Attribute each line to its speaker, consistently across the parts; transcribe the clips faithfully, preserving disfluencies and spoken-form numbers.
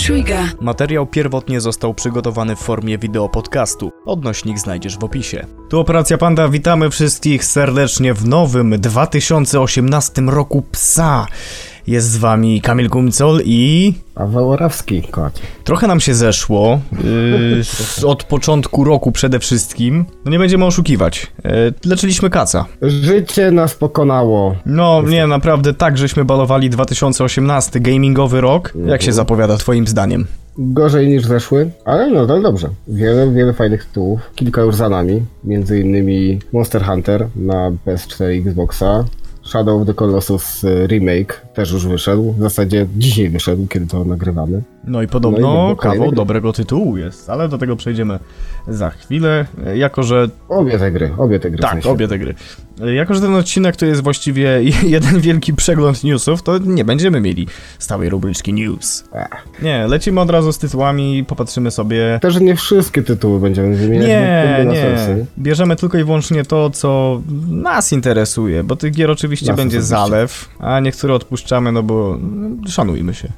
Speaker 1: Trigger.
Speaker 2: Materiał pierwotnie został przygotowany w formie wideopodcastu. Odnośnik znajdziesz w opisie. Tu Operacja Panda, witamy wszystkich serdecznie w nowym dwa tysiące osiemnastym roku psa. Jest z wami Kamil Kumcol i...
Speaker 3: Paweł Orawski, kot.
Speaker 2: Trochę nam się zeszło, yy, od początku roku przede wszystkim. No nie będziemy oszukiwać, yy, leczyliśmy kaca.
Speaker 3: Życie nas pokonało.
Speaker 2: No nie, naprawdę tak, żeśmy balowali dwa tysiące osiemnasty, gamingowy rok. Jak się zapowiada twoim zdaniem?
Speaker 3: Gorzej niż zeszły, ale nadal dobrze. Wiele, wiele fajnych tytułów. Kilka już za nami, między innymi Monster Hunter na P S cztery, Xboxa. Shadow of the Colossus remake też już wyszedł. W zasadzie dzisiaj wyszedł, kiedy to nagrywamy.
Speaker 2: No i podobno no i kawał dobrego tytułu jest, ale do tego przejdziemy za chwilę, jako że...
Speaker 3: Obie te gry, obie te gry.
Speaker 2: Tak, w sensie. obie te gry. Jako że ten odcinek to jest właściwie jeden wielki przegląd newsów, to nie będziemy mieli stałej rubryczki news. Ech. Nie, lecimy od razu z tytułami, popatrzymy sobie...
Speaker 3: Też nie wszystkie tytuły będziemy wymieniać.
Speaker 2: Nie, nie. Bierzemy tylko i wyłącznie to, co nas interesuje, bo tych gier oczywiście nas będzie osobiście zalew, a niektóre odpuszczamy, no bo szanujmy się.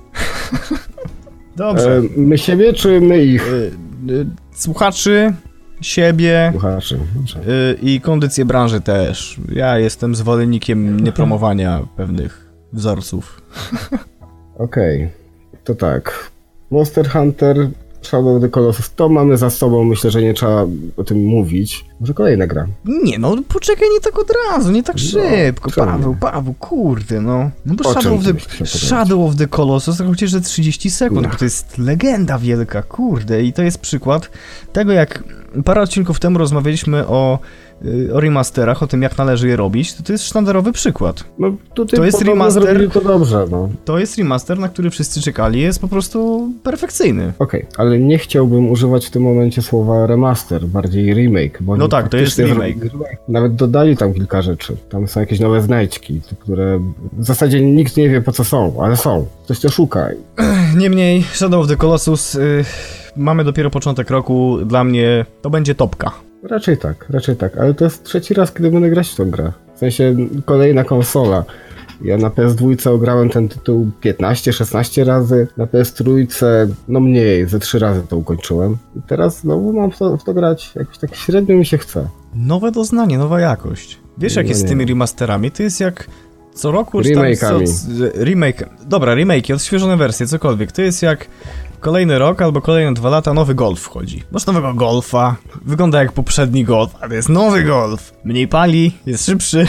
Speaker 2: Dobrze.
Speaker 3: E, my siebie, czy my ich?
Speaker 2: E, e, słuchaczy, siebie
Speaker 3: słuchaczy.
Speaker 2: E, i kondycję branży też. Ja jestem zwolennikiem niepromowania pewnych wzorców.
Speaker 3: Okej, okay. To tak. Monster Hunter, Shadow of the Colossus, to mamy za sobą, myślę, że nie trzeba o tym mówić. Może kolejna gra.
Speaker 2: Nie no, poczekaj, nie tak od razu, nie tak szybko, no, Paweł, Paweł, kurde, no. No bo Shadow of, the, Shadow of the Colossus, tak chociaż, że trzydzieści sekund, no. Bo to jest legenda wielka, kurde, i to jest przykład tego, jak parę odcinków temu rozmawialiśmy o, o remasterach, o tym, jak należy je robić, to to jest sztandarowy przykład.
Speaker 3: No tutaj
Speaker 2: to jest remaster,
Speaker 3: to dobrze, no.
Speaker 2: To jest remaster, na który wszyscy czekali, jest po prostu perfekcyjny.
Speaker 3: Okej, okay, ale nie chciałbym używać w tym momencie słowa remaster, bardziej remake, bo
Speaker 2: no tak, to jest remake.
Speaker 3: Nawet dodali tam kilka rzeczy. Tam są jakieś nowe znajdźki, które w zasadzie nikt nie wie, po co są, ale są. Ktoś to szuka.
Speaker 2: Niemniej, Shadow of the Colossus, yy, mamy dopiero początek roku, dla mnie to będzie topka.
Speaker 3: Raczej tak, raczej tak, ale to jest trzeci raz, kiedy będę grać w tą grę. W sensie kolejna konsola. Ja na P S dwa ograłem ten tytuł piętnaście szesnaście razy, na P S trzy no mniej, ze trzy razy to ukończyłem. I teraz znowu mam w to, w to grać, jakoś tak średnio mi się chce.
Speaker 2: Nowe doznanie, nowa jakość. Wiesz, jak no jest z tymi remasterami? To jest jak co roku...
Speaker 3: Remake'ami.
Speaker 2: Remake, dobra, remake, odświeżone wersje, cokolwiek. To jest jak kolejny rok albo kolejne dwa lata nowy Golf wchodzi. Masz nowego Golfa, wygląda jak poprzedni Golf, ale jest nowy Golf. Mniej pali, jest szybszy.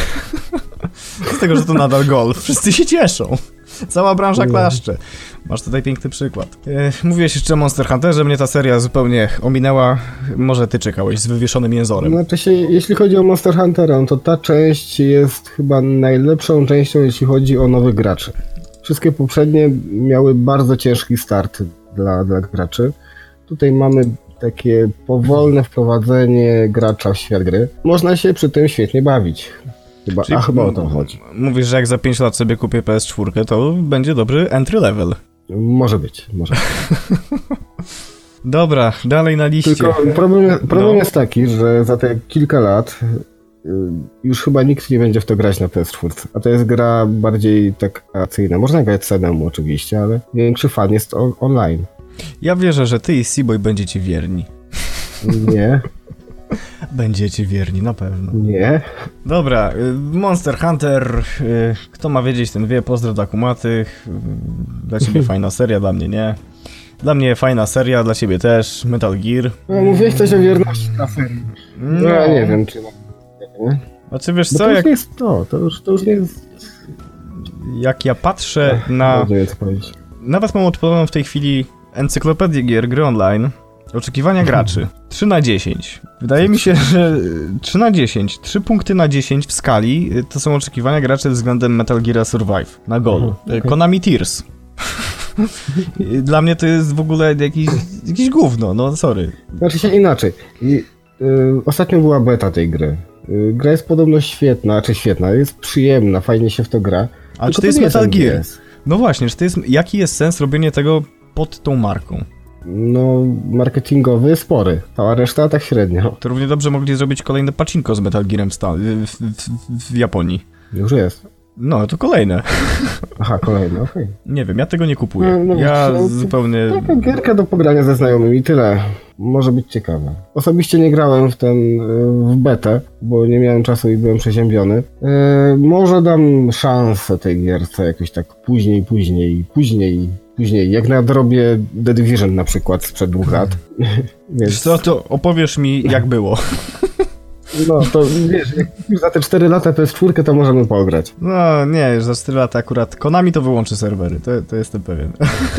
Speaker 2: Z tego, że to nadal Golf. Wszyscy się cieszą. Cała branża klaszcze. Masz tutaj piękny przykład. E, mówiłeś jeszcze o Monster Hunterze, mnie ta seria zupełnie ominęła. Może ty czekałeś z wywieszonym jęzorem.
Speaker 3: Znaczy się, jeśli chodzi o Monster Huntera, no to ta część jest chyba najlepszą częścią, jeśli chodzi o nowych graczy. Wszystkie poprzednie miały bardzo ciężki start dla, dla graczy. Tutaj mamy takie powolne wprowadzenie gracza w świat gry. Można się przy tym świetnie bawić. Chyba, a chyba o to chodzi.
Speaker 2: Mówisz, że jak za pięć lat sobie kupię P S cztery, to będzie dobry entry level.
Speaker 3: Może być, może być.
Speaker 2: Dobra, dalej na liście.
Speaker 3: Tylko problem, problem no. jest taki, że za te kilka lat już chyba nikt nie będzie w to grać na P S cztery. A to jest gra bardziej tak akcyjna. Można grać samemu oczywiście, ale większy fan jest on- online.
Speaker 2: Ja wierzę, że ty i Seaboy będziecie wierni.
Speaker 3: Nie.
Speaker 2: Będziecie wierni, na pewno.
Speaker 3: Nie.
Speaker 2: Dobra, Monster Hunter, kto ma wiedzieć, ten wie, pozdro dla kumatych. Dla ciebie fajna seria, dla mnie nie. Dla mnie fajna seria, dla ciebie też, Metal Gear.
Speaker 3: No, mówiłeś coś o wierności na serii. No, no ja nie wiem, czy... Nie.
Speaker 2: Znaczy wiesz
Speaker 3: no
Speaker 2: co,
Speaker 3: to
Speaker 2: jak...
Speaker 3: już nie jest to, to już, to już nie jest...
Speaker 2: Jak ja patrzę Ech, na...
Speaker 3: Nie wiem, co powiedzieć.
Speaker 2: Nawet mam odpaloną w tej chwili encyklopedię gier, gry online. Oczekiwania graczy. trzy na dziesięć. Wydaje mi się, że trzy na dziesięć. trzy punkty na dziesięć w skali to są oczekiwania graczy względem Metal Gear Survive. Na gol. Okay. Konami Tears. Dla mnie to jest w ogóle jakiś, jakiś gówno, no sorry.
Speaker 3: Znaczy się inaczej. I, yy, ostatnio była beta tej gry. Yy, gra jest podobno świetna, czy świetna, jest przyjemna, fajnie się w to gra.
Speaker 2: Ale czy to jest Metal Gear? No właśnie, czy to jest, jaki jest sens robienia tego pod tą marką?
Speaker 3: No, marketingowy spory, cała reszta tak średnio.
Speaker 2: To równie dobrze mogli zrobić kolejne pacinko z Metal Gearem w, sta- w, w, w, w Japonii.
Speaker 3: Już jest.
Speaker 2: No, to kolejne.
Speaker 3: Aha, kolejne, okej. Okay.
Speaker 2: Nie wiem, ja tego nie kupuję.
Speaker 3: No, no,
Speaker 2: ja
Speaker 3: to,
Speaker 2: zupełnie...
Speaker 3: Taka gierka do pogrania ze znajomymi, tyle. Może być ciekawe. Osobiście nie grałem w ten, w betę, bo nie miałem czasu i byłem przeziębiony. E, może dam szansę tej gierce jakoś tak później, później, później, później. Jak nadrobię The Division na przykład sprzed dwóch lat.
Speaker 2: Więc... Co, to opowiesz mi jak było.
Speaker 3: No, to wiesz, jak już za te cztery lata P S cztery, to możemy pograć.
Speaker 2: No, nie, już za cztery lata akurat Konami to wyłączy serwery, to, to jestem pewien.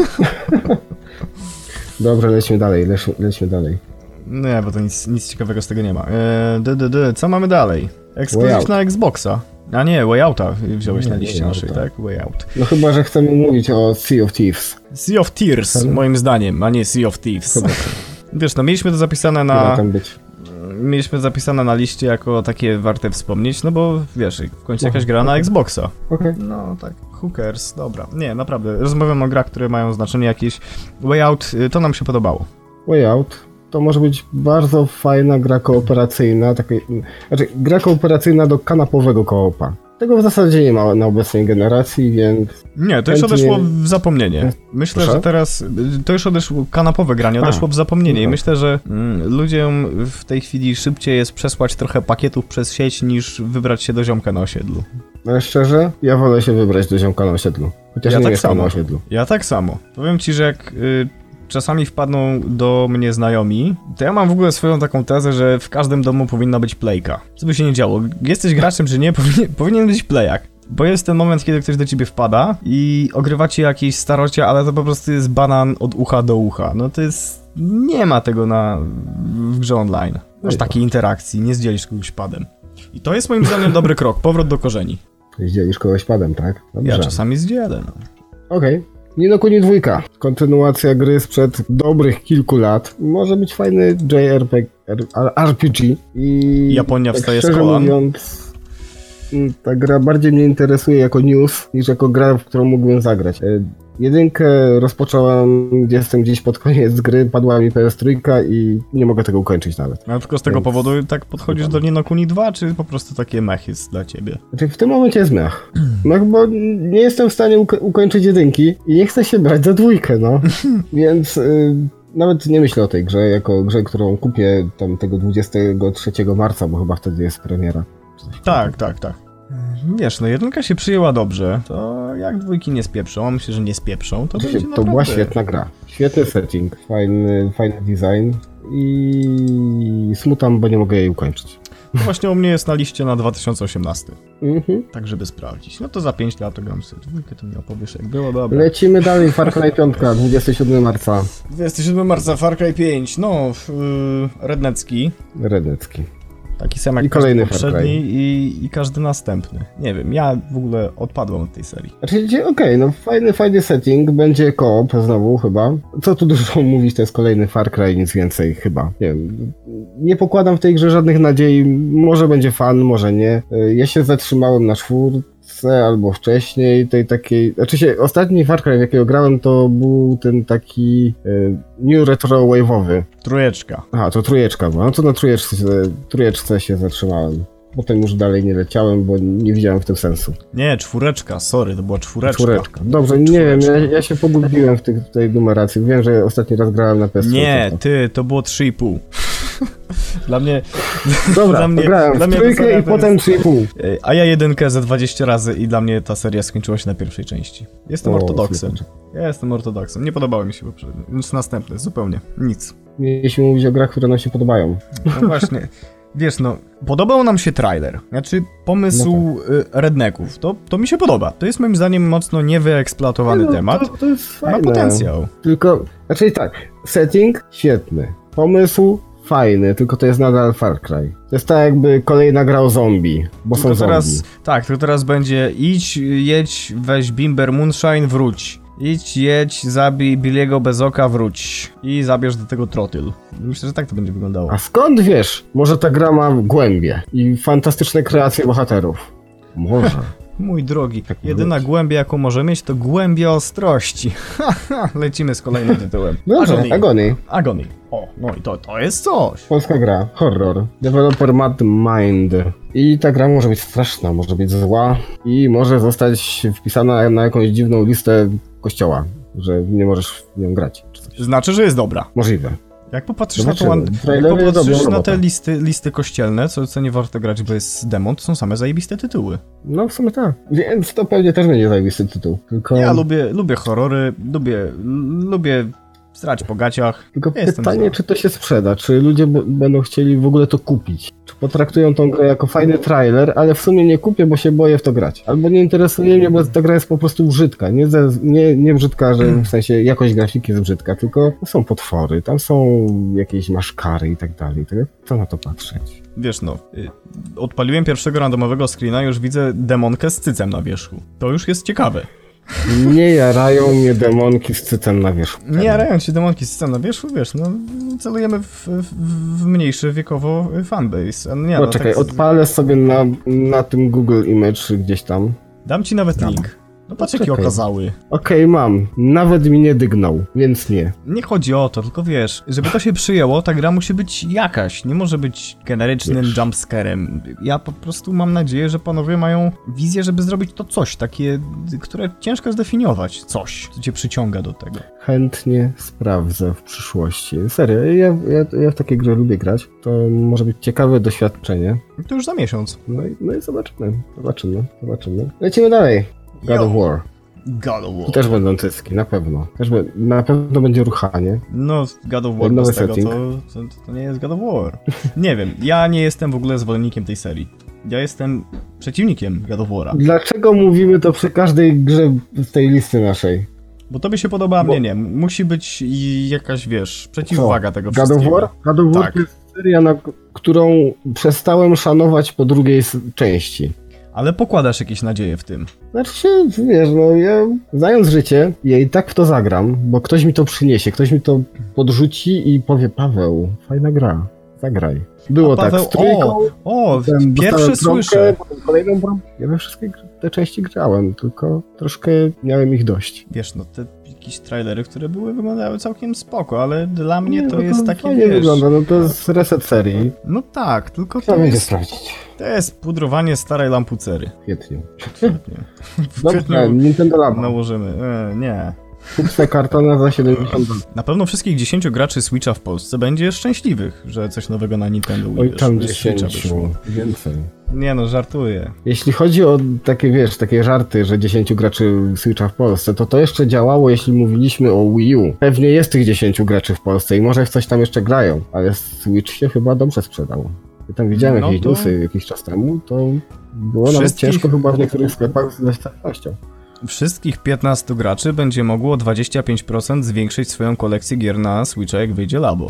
Speaker 3: Dobrze, lećmy dalej, lećmy, lećmy dalej.
Speaker 2: Nie, bo to nic, nic ciekawego z tego nie ma. Eee, d, d, d, co mamy dalej? Ekskluzyw na Xboxa. A nie, Way Outa wziąłeś nie, na liście naszej, tak? Way Out.
Speaker 3: No chyba, że chcemy mówić o Sea of Thieves.
Speaker 2: Sea of Tears, Ten? moim zdaniem, a nie Sea of Thieves.
Speaker 3: Chyba.
Speaker 2: Wiesz, no mieliśmy to zapisane na...
Speaker 3: Chyba tam być.
Speaker 2: Mieliśmy zapisane na liście jako takie warte wspomnieć, no bo wiesz, w końcu jakaś gra na Xboxa.
Speaker 3: Okej. Okay.
Speaker 2: No tak, who cares, dobra. Nie, naprawdę, rozmawiam o grach, które mają znaczenie jakieś. Way Out, to nam się podobało.
Speaker 3: Way Out to może być bardzo fajna gra kooperacyjna, takiej, znaczy gra kooperacyjna do kanapowego koopa. Tego w zasadzie nie ma na obecnej generacji, więc...
Speaker 2: Nie, to już odeszło w zapomnienie. Myślę,
Speaker 3: Proszę?
Speaker 2: że teraz... To już odeszło, kanapowe granie odeszło A, w zapomnienie i myślę, że mm, ludziom w tej chwili szybciej jest przesłać trochę pakietów przez sieć, niż wybrać się do ziomka na osiedlu.
Speaker 3: Ale szczerze, ja wolę się wybrać do ziomka na osiedlu. Chociaż
Speaker 2: ja
Speaker 3: nie
Speaker 2: tak
Speaker 3: mieszkam
Speaker 2: samo.
Speaker 3: na osiedlu.
Speaker 2: Ja tak samo. Powiem ci, że jak... Y, czasami wpadną do mnie znajomi, to ja mam w ogóle swoją taką tezę, że w każdym domu powinna być playka. Co by się nie działo, jesteś graczem czy nie, powinien, powinien być playak. Bo jest ten moment, kiedy ktoś do ciebie wpada i ogrywa ci jakieś starocie, ale to po prostu jest banan od ucha do ucha. No to jest... nie ma tego na... w grze online. Masz takiej interakcji, nie zdzielisz kogoś padem. I to jest moim zdaniem dobry krok, powrót do korzeni.
Speaker 3: Zdzielisz kogoś padem, tak? Dobrze.
Speaker 2: Ja czasami zdzielę, no.
Speaker 3: Okej. Okay. Ni no Kuni dwójka. Kontynuacja gry sprzed dobrych kilku lat. Może być fajny J R P G, R P G. I
Speaker 2: Japonia
Speaker 3: tak
Speaker 2: wstaje z
Speaker 3: szczerze
Speaker 2: kolan.
Speaker 3: mówiąc, ta gra bardziej mnie interesuje jako news, niż jako gra, w którą mógłbym zagrać. Jedynkę rozpocząłem, jestem gdzieś pod koniec gry, padła mi P S trzy i nie mogę tego ukończyć nawet.
Speaker 2: A tylko z tego Więc... powodu tak podchodzisz do Ni no Kuni dwa, czy po prostu takie mech jest dla ciebie?
Speaker 3: Znaczy w tym momencie jest mech. Mech, bo nie jestem w stanie uko- ukończyć jedynki i nie chcę się brać za dwójkę, no. Więc y, nawet nie myślę o tej grze jako grze, którą kupię tam tego dwudziestego trzeciego marca, bo chyba wtedy jest premiera.
Speaker 2: Tak, tak, tak. Wiesz, no jedynka się przyjęła dobrze, to jak dwójki nie spieprzą, a myślę, że nie spieprzą, to, to będzie
Speaker 3: To
Speaker 2: naprawdę...
Speaker 3: była świetna gra. Świetny setting, fajny, fajny design i smutam, bo nie mogę jej ukończyć.
Speaker 2: No właśnie u mnie jest na liście na dwa tysiące osiemnasty.
Speaker 3: Mhm.
Speaker 2: Tak, żeby sprawdzić. No to za pięć lat to gram sobie dwójkę, to mi opowiesz jak było, dobra.
Speaker 3: Lecimy dalej, Far Cry pięć, dwudziestego siódmego marca.
Speaker 2: dwudziestego siódmego marca, Far Cry pięć, no, yy, rednecki.
Speaker 3: Rednecki.
Speaker 2: Taki sam jak
Speaker 3: I kolejny
Speaker 2: poprzedni i, i każdy następny. Nie wiem, ja w ogóle odpadłem od tej serii.
Speaker 3: Znaczy, okej, okay, no fajny, fajny setting, będzie koop znowu chyba. Co tu dużo mówić, to jest kolejny Far Cry, nic więcej chyba. Nie wiem, nie pokładam w tej grze żadnych nadziei, może będzie fan, może nie. Ja się zatrzymałem na czwórce albo wcześniej, tej takiej... Znaczy się, ostatni Far Cry, w jakiego grałem, to był ten taki y, new retro wave'owy.
Speaker 2: Trójeczka.
Speaker 3: Aha, to trójeczka była. No to na trójeczce, trójeczce się zatrzymałem. Potem już dalej nie leciałem, bo nie widziałem w tym sensu.
Speaker 2: Nie, czwóreczka, sorry, to była czwóreczka.
Speaker 3: Czwóreczka. Dobrze, nie wiem, ja, ja się pogubiłem w, tych, w tej numeracji. Wiem, że ostatni raz grałem na P S trzy.
Speaker 2: Nie, ty, to było trzy i pół. Dla mnie...
Speaker 3: Dobra,
Speaker 2: dla mnie,
Speaker 3: grałem
Speaker 2: dla
Speaker 3: w
Speaker 2: mnie
Speaker 3: trójkę i potem trzy i pół.
Speaker 2: A ja jedynkę ze dwadzieścia razy i dla mnie ta seria skończyła się na pierwszej części. Jestem
Speaker 3: O,
Speaker 2: ortodoksem.
Speaker 3: super.
Speaker 2: Ja jestem ortodoksem. Nie podobały mi się poprzednie. Więc następne, zupełnie. Nic.
Speaker 3: Mieliśmy mówić o grach, które nam się podobają.
Speaker 2: No właśnie. Wiesz, no, podobał nam się trailer. Znaczy, pomysł no tak. rednecków. To, to mi się podoba. To jest moim zdaniem mocno niewyeksploatowany
Speaker 3: no,
Speaker 2: temat.
Speaker 3: To, to jest fajne.
Speaker 2: Ma potencjał.
Speaker 3: Tylko, znaczy tak, setting świetny. Pomysł fajny, tylko to jest nadal Far Cry. To jest tak jakby kolejna gra o zombie, bo
Speaker 2: tylko
Speaker 3: są
Speaker 2: teraz,
Speaker 3: zombie.
Speaker 2: Tak, to teraz będzie idź, jedź, weź Bimber Moonshine, wróć. Idź, jedź, zabij Billiego bez oka, wróć. I zabierz do tego trotyl. Myślę, że tak to będzie wyglądało.
Speaker 3: A skąd wiesz? Może ta gra ma głębie i fantastyczne kreacje bohaterów. Może.
Speaker 2: Mój drogi,
Speaker 3: Tak
Speaker 2: jedyna
Speaker 3: mówić.
Speaker 2: głębia, jaką może mieć, to głębia ostrości. Haha, lecimy z kolejnym tytułem.
Speaker 3: Dobrze,
Speaker 2: Agony.
Speaker 3: Agony.
Speaker 2: Agony. O, no i to, to jest coś.
Speaker 3: Polska gra, horror. Developer Mad Mind. I ta gra może być straszna, może być zła i może zostać wpisana na jakąś dziwną listę kościoła, że nie możesz w nią grać. Czy coś.
Speaker 2: Znaczy, że jest dobra.
Speaker 3: Możliwe.
Speaker 2: Jak popatrzysz na, tą,
Speaker 3: Zobaczymy.
Speaker 2: jak
Speaker 3: Trailery
Speaker 2: popatrzysz
Speaker 3: robią
Speaker 2: na te
Speaker 3: robotę.
Speaker 2: listy, listy kościelne, co, co nie warto grać, bo jest demon, to są same zajebiste tytuły.
Speaker 3: No w sumie tak. Więc to pewnie też będzie zajebisty tytuł. Tylko,
Speaker 2: Ja lubię, lubię horrory, lubię, lubię srać po gaciach.
Speaker 3: tylko
Speaker 2: Ja jestem
Speaker 3: pytanie,
Speaker 2: za.
Speaker 3: czy to się sprzeda, czy ludzie b- będą chcieli w ogóle to kupić. Czy potraktują tą grę jako fajny trailer, ale w sumie nie kupię, bo się boję w to grać. Albo nie interesuje mnie, bo ta gra jest po prostu brzydka. Nie, ze, nie, nie brzydka, że w sensie jakość grafiki jest brzydka, tylko są potwory, tam są jakieś maszkary i tak dalej. Tak? Co na to patrzeć?
Speaker 2: Wiesz no, y, odpaliłem pierwszego randomowego screena, już widzę demonkę z cycem na wierzchu. To już jest ciekawe.
Speaker 3: Nie jarają mnie demonki z cycem na wierzchu.
Speaker 2: Nie jarają ci demonki z cycem na wierzchu, wiesz, no celujemy w, w, w mniejszy wiekowo fanbase. A nie, no,
Speaker 3: Poczekaj,
Speaker 2: tak,
Speaker 3: odpalę sobie na, na tym Google Image gdzieś tam.
Speaker 2: dam ci nawet
Speaker 3: Dam.
Speaker 2: link. No patrz jaki
Speaker 3: Poczekaj.
Speaker 2: okazały.
Speaker 3: Okej, mam. Nawet mi nie dygnął, więc nie.
Speaker 2: Nie chodzi o to, tylko wiesz, żeby to się przyjęło, ta gra musi być jakaś, nie może być generycznym
Speaker 3: Wiesz.
Speaker 2: jumpscarem. Ja po prostu mam nadzieję, że panowie mają wizję, żeby zrobić to coś, takie, które ciężko zdefiniować. Coś, co cię przyciąga do tego.
Speaker 3: Chętnie sprawdzę w przyszłości. Serio, ja, ja, ja w takie gry lubię grać. To może być ciekawe doświadczenie.
Speaker 2: To już za miesiąc.
Speaker 3: No i, no i zobaczymy. Zobaczymy, zobaczymy. Lecimy dalej. God
Speaker 2: Yo.
Speaker 3: of War.
Speaker 2: God of
Speaker 3: Tu
Speaker 2: War.
Speaker 3: też będą cycki, na pewno. Też be, na pewno będzie ruchanie.
Speaker 2: No, God of War
Speaker 3: Nowy
Speaker 2: bez tego
Speaker 3: setting.
Speaker 2: to, to, to nie jest God of War. Nie wiem, ja nie jestem w ogóle zwolennikiem tej serii. Ja jestem przeciwnikiem God of War'a.
Speaker 3: Dlaczego mówimy to przy każdej grze z tej listy naszej?
Speaker 2: Bo tobie się podoba, a
Speaker 3: Bo-
Speaker 2: mnie nie. Musi być i jakaś, wiesz, przeciwwaga tego
Speaker 3: God of
Speaker 2: wszystkiego.
Speaker 3: War? God of War
Speaker 2: Tak.
Speaker 3: to jest seria, na k- którą przestałem szanować po drugiej s- części.
Speaker 2: Ale pokładasz jakieś nadzieje w tym.
Speaker 3: Znaczy się, wiesz, no ja znając życie, ja i tak w to zagram, bo ktoś mi to przyniesie, ktoś mi to podrzuci i powie, Paweł, fajna gra, zagraj. Było
Speaker 2: A Paweł,
Speaker 3: tak z trójką,
Speaker 2: O,
Speaker 3: potem
Speaker 2: pierwsze
Speaker 3: dostałem
Speaker 2: słyszę.
Speaker 3: trąbkę, potem kolejną bramkę. Ja we wszystkie gr- te części grałem, tylko troszkę miałem ich dość.
Speaker 2: Wiesz, no te jakieś trailery, które były, wyglądały całkiem spoko, ale dla mnie
Speaker 3: Nie,
Speaker 2: to
Speaker 3: no
Speaker 2: jest takie,
Speaker 3: fajnie
Speaker 2: wiesz...
Speaker 3: wygląda, no to jest reset serii.
Speaker 2: No tak, tylko
Speaker 3: Trzeba
Speaker 2: to
Speaker 3: będzie
Speaker 2: jest,
Speaker 3: sprawdzić.
Speaker 2: to jest pudrowanie starej lampucery.
Speaker 3: W kwietniu.
Speaker 2: Świetnie. W
Speaker 3: Dobrze,
Speaker 2: kwietniu
Speaker 3: Nintendo Labo.
Speaker 2: nałożymy. E, nie.
Speaker 3: Kup se kartona za siedemdziesiąt dolarów.
Speaker 2: Na pewno wszystkich dziesięciu graczy Switcha w Polsce będzie szczęśliwych, że coś nowego na Nintendo Wii,
Speaker 3: Oj,
Speaker 2: wiesz,
Speaker 3: tam
Speaker 2: z Switcha
Speaker 3: dziesięciu.
Speaker 2: wyszło.
Speaker 3: Więcej.
Speaker 2: Nie no, żartuję.
Speaker 3: Jeśli chodzi o takie, wiesz, takie żarty, że dziesięciu graczy Switcha w Polsce, to to jeszcze działało, jeśli mówiliśmy o Wii U. Pewnie jest tych dziesięciu graczy w Polsce i może w coś tam jeszcze grają, ale Switch się chyba dobrze sprzedał. Ja tam widziałem
Speaker 2: No
Speaker 3: jakieś
Speaker 2: to-
Speaker 3: newsy jakiś czas temu, to było nawet
Speaker 2: Wszystkich-
Speaker 3: ciężko chyba w niektórych sklepach z dostępnością.
Speaker 2: Wszystkich piętnastu graczy będzie mogło o dwadzieścia pięć procent zwiększyć swoją kolekcję gier na Switcha, jak wyjdzie Labo.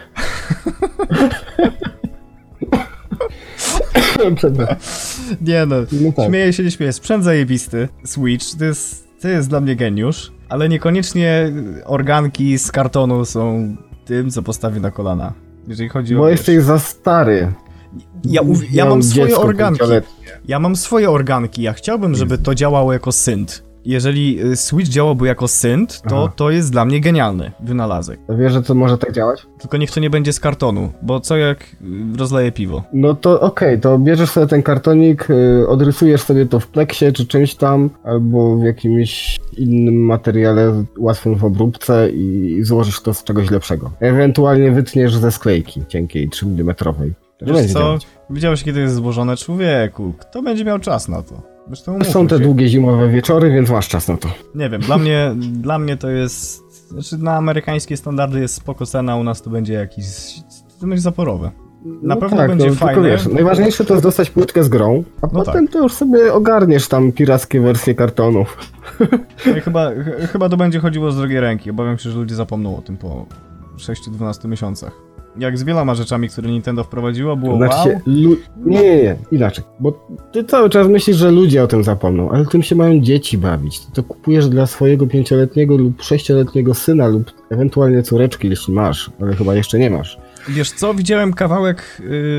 Speaker 2: Nie no,
Speaker 3: No tak.
Speaker 2: śmieję się, nie śmieję. Sprzęt zajebisty, Switch, to jest, to jest dla mnie geniusz, ale niekoniecznie organki z kartonu są tym, co postawi na kolana. Jeżeli chodzi o...
Speaker 3: Bo
Speaker 2: wiesz,
Speaker 3: jesteś za stary.
Speaker 2: ja, uw- ja
Speaker 3: Miał
Speaker 2: mam swoje
Speaker 3: dziecko
Speaker 2: organki.
Speaker 3: pięcioletnie.
Speaker 2: Ja mam swoje organki, ja chciałbym, żeby to działało jako synth. Jeżeli y, Switch działałby jako synth, to
Speaker 3: Aha.
Speaker 2: to jest dla mnie genialny wynalazek.
Speaker 3: To wiesz, że to może tak działać?
Speaker 2: Tylko niech to nie będzie z kartonu, bo co jak y, rozleję piwo?
Speaker 3: No to okej, to bierzesz sobie ten kartonik, y, odrysujesz sobie to w pleksie czy czymś tam, albo w jakimś innym materiale łatwym w obróbce i złożysz to z czegoś lepszego. Ewentualnie wytniesz ze sklejki cienkiej, trzy milimetrowej. To
Speaker 2: Wiesz
Speaker 3: będzie
Speaker 2: co?
Speaker 3: działać.
Speaker 2: Widziałeś, kiedy jest złożone? Człowieku, kto będzie miał czas na to? Zresztą umówmy
Speaker 3: Są te
Speaker 2: się.
Speaker 3: długie zimowe wieczory, więc masz czas na to.
Speaker 2: Nie wiem, dla mnie, dla mnie to jest... Znaczy na amerykańskie standardy jest spoko cena, u nas to będzie jakiś... To będzie zaporowe. Na
Speaker 3: No
Speaker 2: pewno
Speaker 3: tak,
Speaker 2: będzie
Speaker 3: no,
Speaker 2: fajne.
Speaker 3: Tylko wiesz, najważniejsze to jest dostać płytkę z grą, a
Speaker 2: No
Speaker 3: potem to już sobie ogarniesz tam pirackie wersje kartonów.
Speaker 2: No i chyba, ch- chyba to będzie chodziło z drugiej ręki. Obawiam się, że ludzie zapomną o tym po sześciu do dwunastu miesiącach. Jak z wieloma rzeczami, które Nintendo wprowadziło, było
Speaker 3: Znaczy
Speaker 2: wow.
Speaker 3: się, lu- nie, nie, nie, inaczej. Bo ty cały czas myślisz, że ludzie o tym zapomną, ale tym się mają dzieci bawić. Ty to kupujesz dla swojego pięcioletniego lub sześcioletniego syna lub ewentualnie córeczki, jeśli masz, ale chyba jeszcze nie masz.
Speaker 2: Wiesz co, widziałem kawałek, yy,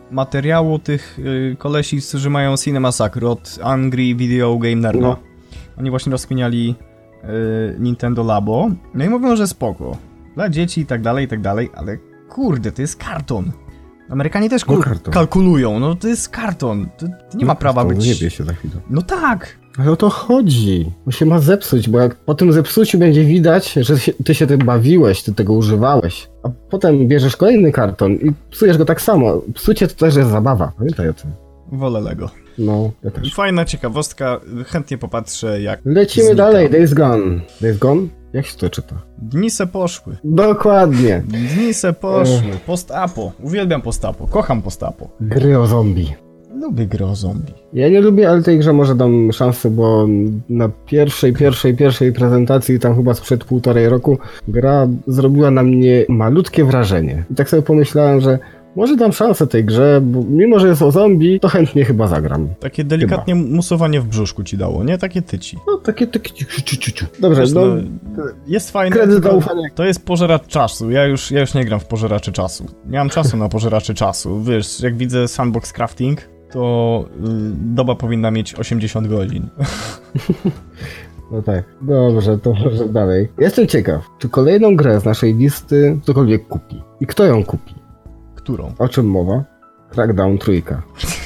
Speaker 2: materiału tych y, kolesi, którzy mają Cinema Sacre od Angry Video Game Nerda.
Speaker 3: No.
Speaker 2: Oni właśnie rozkminiali y, Nintendo Labo. No i mówią, że spoko. Dla dzieci i tak dalej, i tak dalej, ale kurde, to jest karton. Amerykanie też
Speaker 3: No,
Speaker 2: kul-
Speaker 3: karton.
Speaker 2: kalkulują, no to jest karton. To, to nie ma prawa
Speaker 3: to
Speaker 2: być...
Speaker 3: Zjebie się za chwilę.
Speaker 2: No tak!
Speaker 3: Ale o to chodzi. On się ma zepsuć, bo jak po tym zepsuciu będzie widać, że się, ty się tym bawiłeś, ty tego używałeś, a potem bierzesz kolejny karton i psujesz go tak samo. Psucie to też jest zabawa. Pamiętaj o tym.
Speaker 2: Wolę Lego.
Speaker 3: No, ja też.
Speaker 2: Fajna ciekawostka, chętnie popatrzę jak
Speaker 3: Lecimy
Speaker 2: znika.
Speaker 3: dalej, Days Gone. Days Gone? Jak się to czyta?
Speaker 2: Dni se poszły.
Speaker 3: Dokładnie.
Speaker 2: Dni se poszły. Post-apo. Uwielbiam post-apo. Kocham post-apo.
Speaker 3: Gry o zombie.
Speaker 2: Lubię gry o zombie.
Speaker 3: Ja nie lubię, ale tej grze może dam szansę, bo na pierwszej, pierwszej, pierwszej prezentacji, tam chyba sprzed półtorej roku, gra zrobiła na mnie malutkie wrażenie. I tak sobie pomyślałem, że może dam szansę tej grze, bo mimo, że jest o zombie, to chętnie chyba zagram.
Speaker 2: Takie delikatnie musowanie w brzuszku ci dało, nie? Takie tyci.
Speaker 3: No, takie, takie... ciu, ciu, ciu, ciu. Dobrze,
Speaker 2: Wiesz,
Speaker 3: no...
Speaker 2: no, jest fajne,
Speaker 3: kredyt
Speaker 2: tylko
Speaker 3: zaufania.
Speaker 2: to jest pożeracz czasu. Ja już, ja już nie gram w pożeraczy czasu. Nie mam czasu na pożeraczy czasu. Wiesz, jak widzę sandbox crafting, to y, doba powinna mieć osiemdziesiąt godzin.
Speaker 3: No tak, dobrze, to może dalej. Jestem ciekaw, czy kolejną grę z naszej listy ktokolwiek kupi? I kto ją kupi?
Speaker 2: Którą?
Speaker 3: O czym mowa? Crackdown trójka.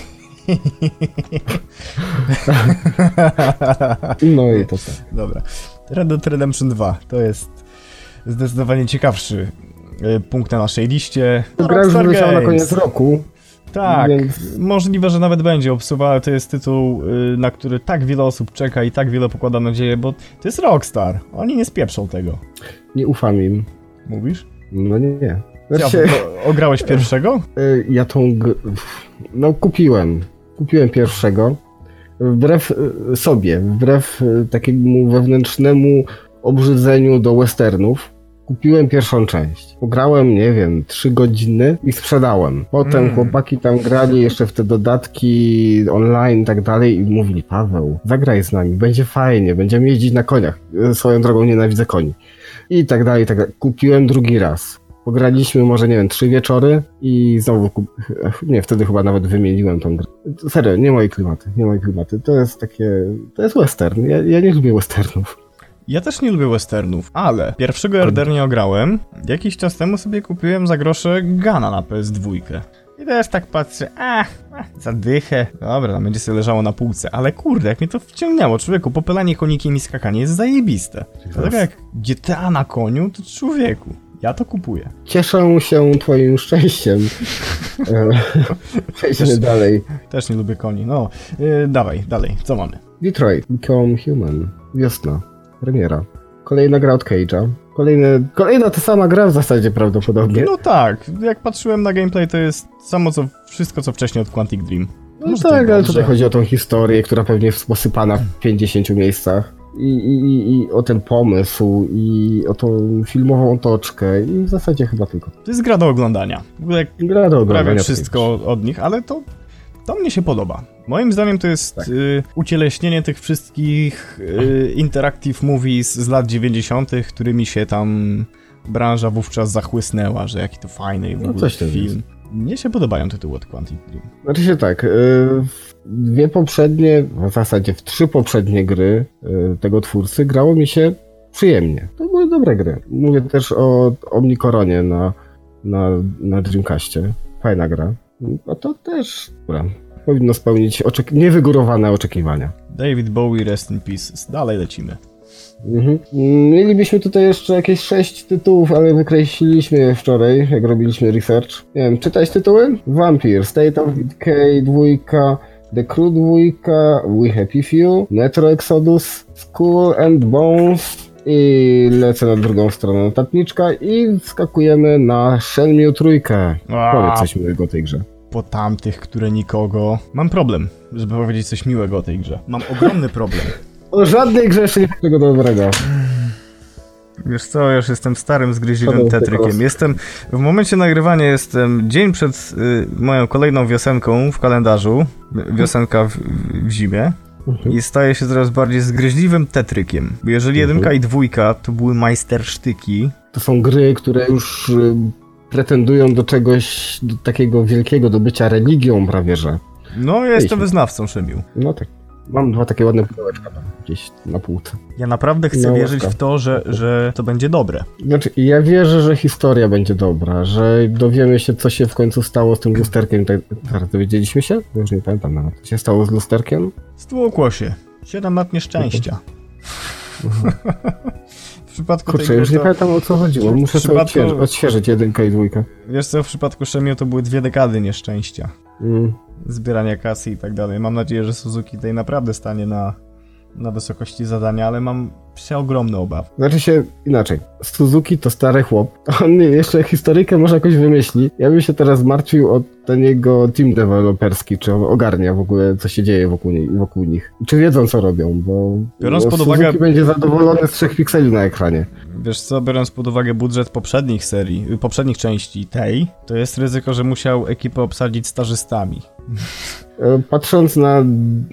Speaker 3: No i to tak.
Speaker 2: Dobra. Red Dead Redemption dwa to jest zdecydowanie ciekawszy y, punkt na naszej liście.
Speaker 3: To gra już
Speaker 2: Rockstar
Speaker 3: wyleciała na
Speaker 2: Games.
Speaker 3: koniec roku.
Speaker 2: Tak,
Speaker 3: Więc-
Speaker 2: możliwe, że nawet będzie obsuwa, ale to jest tytuł, y, na który tak wiele osób czeka i tak wiele pokłada nadzieję, bo to jest Rockstar. Oni nie spieprzą tego.
Speaker 3: Nie ufam im.
Speaker 2: Mówisz?
Speaker 3: No nie, nie.
Speaker 2: Ja,
Speaker 3: Znaczy,
Speaker 2: o, ograłeś pierwszego?
Speaker 3: y, ja tą g... No kupiłem. Kupiłem pierwszego. Wbrew y, sobie, wbrew y, takiemu wewnętrznemu obrzydzeniu do westernów, kupiłem pierwszą część. Pograłem, nie wiem, trzy godziny i sprzedałem. Potem
Speaker 2: Mm.
Speaker 3: chłopaki tam grali jeszcze w te dodatki online i tak dalej i mówili: Paweł, zagraj z nami, będzie fajnie, będziemy jeździć na koniach. Y, Swoją drogą nienawidzę koni. I tak dalej, i tak dalej. Kupiłem drugi raz. Pograliśmy może, nie wiem, trzy wieczory i znowu, kup... nie, wtedy chyba nawet wymieniłem tą grę. Serio, nie moje klimaty, nie moje klimaty. To jest takie, to jest western. Ja, ja nie lubię westernów.
Speaker 2: Ja też nie lubię westernów, ale pierwszego R D R nie ograłem. Jakiś czas temu sobie kupiłem za grosze Gana na P S dwa. I teraz tak patrzę, a, za dychę. Dobra, tam będzie sobie leżało na półce, ale kurde, jak mnie to wciągnęło, człowieku, popylanie konikiem i skakanie jest zajebiste. Dlatego jak G T A na koniu, to człowieku, ja to kupuję.
Speaker 3: Cieszę się twoim szczęściem. E, Przejdźmy dalej.
Speaker 2: Też nie lubię koni, no. Yy, dawaj, dalej, co mamy?
Speaker 3: Detroit, Become Human. Wiosna. Premiera. Kolejna gra od Cage'a. Kolejne, kolejna ta sama gra w zasadzie prawdopodobnie.
Speaker 2: No tak, jak patrzyłem na gameplay, to jest samo co, wszystko co wcześniej od Quantic Dream.
Speaker 3: No
Speaker 2: Może
Speaker 3: tak,
Speaker 2: to
Speaker 3: ale
Speaker 2: dobrze.
Speaker 3: tutaj chodzi o tą historię, która pewnie jest posypana w pięćdziesięciu miejscach. I, i, i, I o ten pomysł, i o tą filmową otoczkę, i w zasadzie chyba tylko.
Speaker 2: To jest gra do oglądania. W ogóle
Speaker 3: Gra do oglądania.
Speaker 2: prawie wszystko od nich, ale to, to mnie się podoba. Moim zdaniem to jest
Speaker 3: Tak.
Speaker 2: y, ucieleśnienie tych wszystkich y, interactive movies z lat dziewięćdziesiątych, którymi się tam branża wówczas zachłysnęła, że jaki to fajny i w
Speaker 3: No,
Speaker 2: ogóle
Speaker 3: coś tam
Speaker 2: film.
Speaker 3: jest.
Speaker 2: Mnie się podobają tytuły od Quantic Dream.
Speaker 3: Znaczy się tak, y, w dwie poprzednie, w zasadzie w trzy poprzednie gry y, tego twórcy grało mi się przyjemnie. To były dobre gry. Mówię też o Omnikoronie na, na, na Dreamcastie. Fajna gra. A to też, dobra, powinno spełnić oczek- niewygórowane oczekiwania.
Speaker 2: David Bowie, Rest in Pieces. Dalej lecimy.
Speaker 3: Mhm. Mielibyśmy tutaj jeszcze jakieś sześć tytułów, ale wykreśliliśmy je wczoraj, jak robiliśmy research. Nie wiem, czytać tytuły? Vampire, State of Decay dwa, The Crew dwa, We Happy Few, Metro Exodus, Skull and Bones i lecę na drugą stronę notatniczka i wskakujemy na Shenmue trójkę.
Speaker 2: A.
Speaker 3: Powiedz coś miłego o tej grze.
Speaker 2: Po tamtych, które nikogo... Mam problem, żeby powiedzieć coś miłego o tej grze. Mam ogromny problem.
Speaker 3: O żadnej grze jeszcze nie ma tego dobrego.
Speaker 2: Wiesz co, ja już jestem starym, zgryźliwym
Speaker 3: Szkoda
Speaker 2: tetrykiem.
Speaker 3: tego.
Speaker 2: Jestem, w momencie nagrywania jestem dzień przed y, moją kolejną wiosenką w kalendarzu, wiosenka w, w zimie,
Speaker 3: Mhm.
Speaker 2: i staję się coraz bardziej zgryźliwym tetrykiem. Bo jeżeli
Speaker 3: Mhm.
Speaker 2: jedynka i dwójka to były majstersztyki,
Speaker 3: To są gry, które już y, pretendują do czegoś, do takiego wielkiego, do bycia religią prawie, że.
Speaker 2: No, ja jestem wyznawcą, Szymiu.
Speaker 3: No tak. Mam dwa takie ładne pudełeczka tam gdzieś na półce.
Speaker 2: Ja naprawdę chcę
Speaker 3: No,
Speaker 2: wierzyć
Speaker 3: tak.
Speaker 2: w to, że, że to będzie dobre.
Speaker 3: Znaczy, ja wierzę, że historia będzie dobra, że dowiemy się, co się w końcu stało z tym lusterkiem. Tak, zaraz dowiedzieliśmy się? Ja już nie pamiętam nawet. Co się stało z lusterkiem?
Speaker 2: Stłukło się. Siedem lat nieszczęścia. W przypadku
Speaker 3: Kurczę,
Speaker 2: tej
Speaker 3: już
Speaker 2: gry
Speaker 3: nie
Speaker 2: to,
Speaker 3: pamiętam, o co chodziło. Muszę sobie
Speaker 2: przypadku-
Speaker 3: odświeżyć, odświeżyć jedynkę i dwójkę.
Speaker 2: wiesz co, w przypadku Szymiu to były dwie dekady nieszczęścia.
Speaker 3: Mm.
Speaker 2: Zbierania kasy i tak dalej. Mam nadzieję, że Suzuki tutaj naprawdę stanie na, na wysokości zadania, ale mam przeogromne obawy.
Speaker 3: Znaczy się inaczej. Suzuki to stary chłop. On jeszcze historykę może jakoś wymyśli. Ja bym się teraz martwił o ten jego team deweloperski, czy on ogarnia w ogóle, co się dzieje wokół, nie, wokół nich. I czy wiedzą, co robią, bo,
Speaker 2: Biorąc
Speaker 3: bo
Speaker 2: pod
Speaker 3: Suzuki
Speaker 2: uwagę-
Speaker 3: będzie zadowolony z trzech pikseli na ekranie.
Speaker 2: Wiesz co, biorąc pod uwagę budżet poprzednich serii, y, poprzednich części tej, to jest ryzyko, że musiał ekipę obsadzić stażystami.
Speaker 3: E, Patrząc na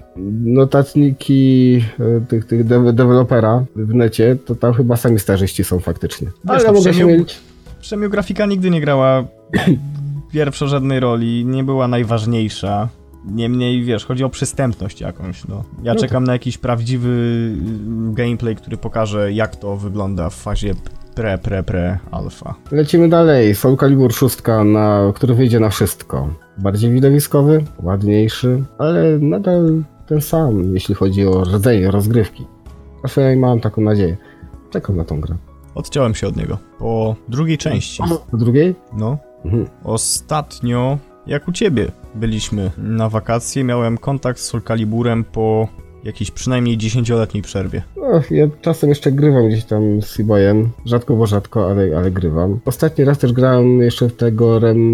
Speaker 3: notatniki e, tych, tych de- dewelopera w necie, to tam chyba sami starzyści są faktycznie.
Speaker 2: Wiesz,
Speaker 3: Ale
Speaker 2: no,
Speaker 3: mogę się
Speaker 2: przemił-
Speaker 3: mylić.
Speaker 2: Przemił grafika nigdy nie grała pierwszo żadnej roli, nie była najważniejsza. Niemniej, wiesz, chodzi o przystępność jakąś, no. Ja
Speaker 3: No
Speaker 2: czekam na jakiś prawdziwy y, gameplay, który pokaże, jak to wygląda w fazie pre, pre, pre, alfa.
Speaker 3: Lecimy dalej. Soul Calibur sześć, na, który wyjdzie na wszystko. Bardziej widowiskowy, ładniejszy, ale nadal ten sam, jeśli chodzi o rdzeń rozgrywki. Zawsze mam taką nadzieję. Czekam na tą grę.
Speaker 2: Odciąłem się od niego. Po drugiej części.
Speaker 3: Po drugiej?
Speaker 2: No.
Speaker 3: Mhm.
Speaker 2: Ostatnio, jak u ciebie, byliśmy na wakacje, miałem kontakt z Soul Caliburem po jakiejś przynajmniej dziesięcioletniej przerwie.
Speaker 3: No, ja czasem jeszcze grywam gdzieś tam z Seaboyem. Rzadko, bo rzadko, ale, ale grywam. Ostatni raz też grałem jeszcze w tego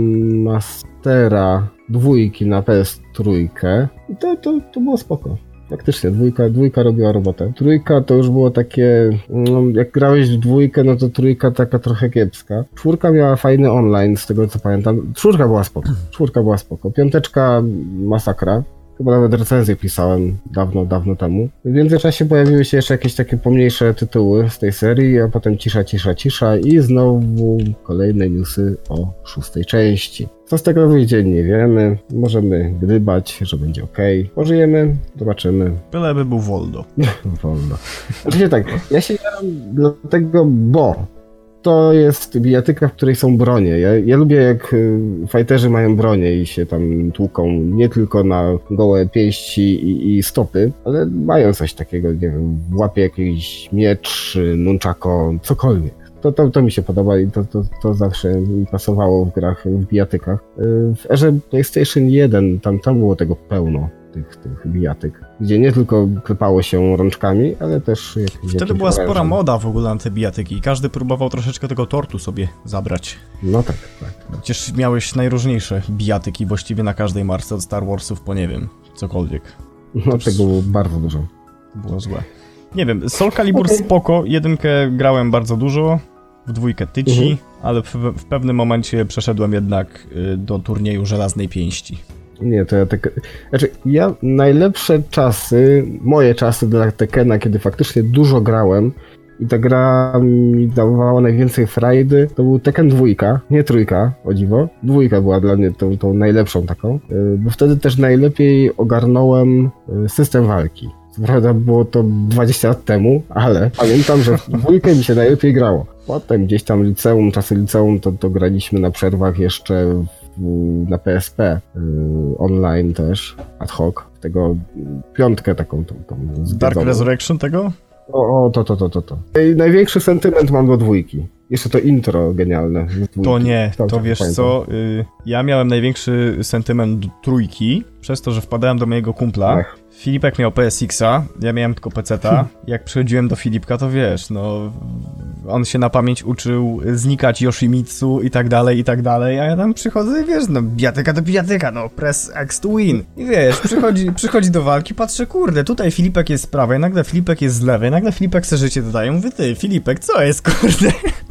Speaker 3: remastera dwójki na P S trzy. I to, to, to było spoko. Faktycznie, dwójka, dwójka robiła robotę. Trójka to już było takie, no, jak grałeś w dwójkę, no to trójka taka trochę kiepska. Czwórka miała fajny online, z tego co pamiętam. Czwórka była spoko, czwórka była spoko. Piąteczka masakra. Chyba nawet recenzję pisałem dawno, dawno temu. W międzyczasie pojawiły się jeszcze jakieś takie pomniejsze tytuły z tej serii, a potem cisza, cisza, cisza i znowu kolejne newsy o szóstej części. Co z tego wyjdzie, nie wiemy. Możemy gdybać, że będzie ok. Pożyjemy, zobaczymy.
Speaker 2: Byleby był Voldo.
Speaker 3: Wolno. Znaczy tak, ja się jaram dlatego, bo to jest bijatyka, w której są bronie. Ja, ja lubię jak y, fajterzy mają bronie i się tam tłuką nie tylko na gołe pięści i, i stopy, ale mają coś takiego, nie wiem, w łapie jakiś miecz, y, nunchako, cokolwiek. To, to, to mi się podoba i to, to, to zawsze mi pasowało w grach, w bijatykach. Y, w erze PlayStation jeden tam, tam było tego pełno. Tych, tych bijatyk, gdzie nie tylko klepało się rączkami, ale też jak,
Speaker 2: Wtedy
Speaker 3: jakimś
Speaker 2: była spora
Speaker 3: orężem.
Speaker 2: moda w ogóle na te bijatyki i każdy próbował troszeczkę tego tortu sobie zabrać.
Speaker 3: No tak, tak.
Speaker 2: Przecież miałeś najróżniejsze bijatyki właściwie na każdej marce od Star Warsów po nie wiem, cokolwiek.
Speaker 3: No
Speaker 2: To
Speaker 3: tego było bardzo dużo.
Speaker 2: Było złe. Nie wiem, Soul Calibur
Speaker 3: Okej.
Speaker 2: spoko, jedynkę grałem bardzo dużo, w dwójkę tyci,
Speaker 3: Mhm.
Speaker 2: ale w, w pewnym momencie przeszedłem jednak y, do turnieju Żelaznej Pięści.
Speaker 3: Nie, to ja tak... Znaczy, ja najlepsze czasy, moje czasy dla Tekena, kiedy faktycznie dużo grałem i ta gra mi dawała najwięcej frajdy, to był Tekken dwójka, nie trójka, o dziwo. Dwójka była dla mnie tą, tą najlepszą taką, yy, bo wtedy też najlepiej ogarnąłem yy, system walki. Co prawda było to dwadzieścia lat temu, ale pamiętam, że w dwójkę mi się najlepiej grało. Potem gdzieś tam liceum, czasy liceum, to, to graliśmy na przerwach jeszcze w, na P S P yy, online też, ad hoc, tego piątkę taką tą, tą
Speaker 2: Dark
Speaker 3: zwiedzową.
Speaker 2: Resurrection tego?
Speaker 3: O, o, to, to, to, to, to. I największy sentyment mam do dwójki. Jeszcze to intro genialne. z dwójki.
Speaker 2: To nie,
Speaker 3: Cały
Speaker 2: to
Speaker 3: czas
Speaker 2: wiesz
Speaker 3: pamiętam.
Speaker 2: co, y, ja miałem największy sentyment do trójki, przez to, że wpadałem do mojego kumpla.
Speaker 3: Ech.
Speaker 2: Filipek miał P S X-a, ja miałem tylko peceta. Jak przychodziłem do Filipka, to wiesz, no... On się na pamięć uczył znikać Yoshimitsu i tak dalej, i tak dalej, a ja tam przychodzę i wiesz, no bijatyka to bijatyka, no press X to win. I wiesz, przychodzi, przychodzi do walki, patrzę, kurde, tutaj Filipek jest z prawej, nagle Filipek jest z lewej, nagle Filipek se życie dodaje, mówię, ty, Filipek, co jest, kurde?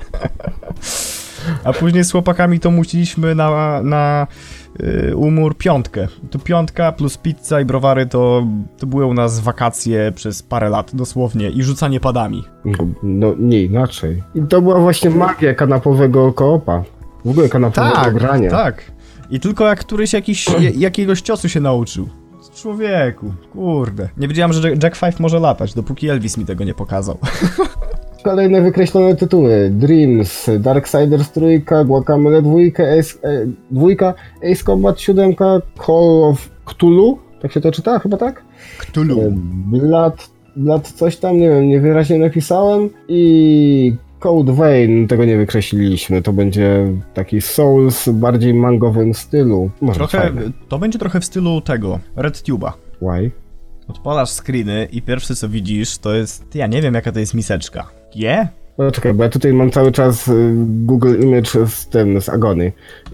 Speaker 2: A później z chłopakami to musieliśmy na, na y, umór piątkę. To piątka plus pizza i browary to, to były u nas wakacje przez parę lat dosłownie i rzucanie padami.
Speaker 3: No, no nie inaczej. I to była właśnie magia kanapowego koopa. W ogóle kanapowego
Speaker 2: Tak,
Speaker 3: grania.
Speaker 2: tak. I tylko jak któryś jakiś, je, jakiegoś ciosu się nauczył. Człowieku, kurde. Nie wiedziałem, że Jack Five może latać, dopóki Elvis mi tego nie pokazał.
Speaker 3: Kolejne wykreślone tytuły. Dreams, Darksiders trójka, Guacamole dwójka, Ace, e, dwójka, Ace Combat siedem, Call of Cthulhu, tak się to czyta? Chyba tak?
Speaker 2: Cthulhu.
Speaker 3: E, Blood, Blood coś tam, nie wiem, niewyraźnie napisałem. I Code Vein, tego nie wykreśliliśmy, to będzie taki Souls w bardziej mangowym stylu. Może
Speaker 2: Trochę,
Speaker 3: fajne.
Speaker 2: to będzie trochę w stylu tego, RedTube'a.
Speaker 3: Why?
Speaker 2: Odpalasz screeny i pierwsze co widzisz to jest, ja nie wiem jaka to jest miseczka. Je?
Speaker 3: No czekaj, bo ja tutaj mam cały czas y, Google Image z tym, z Agony.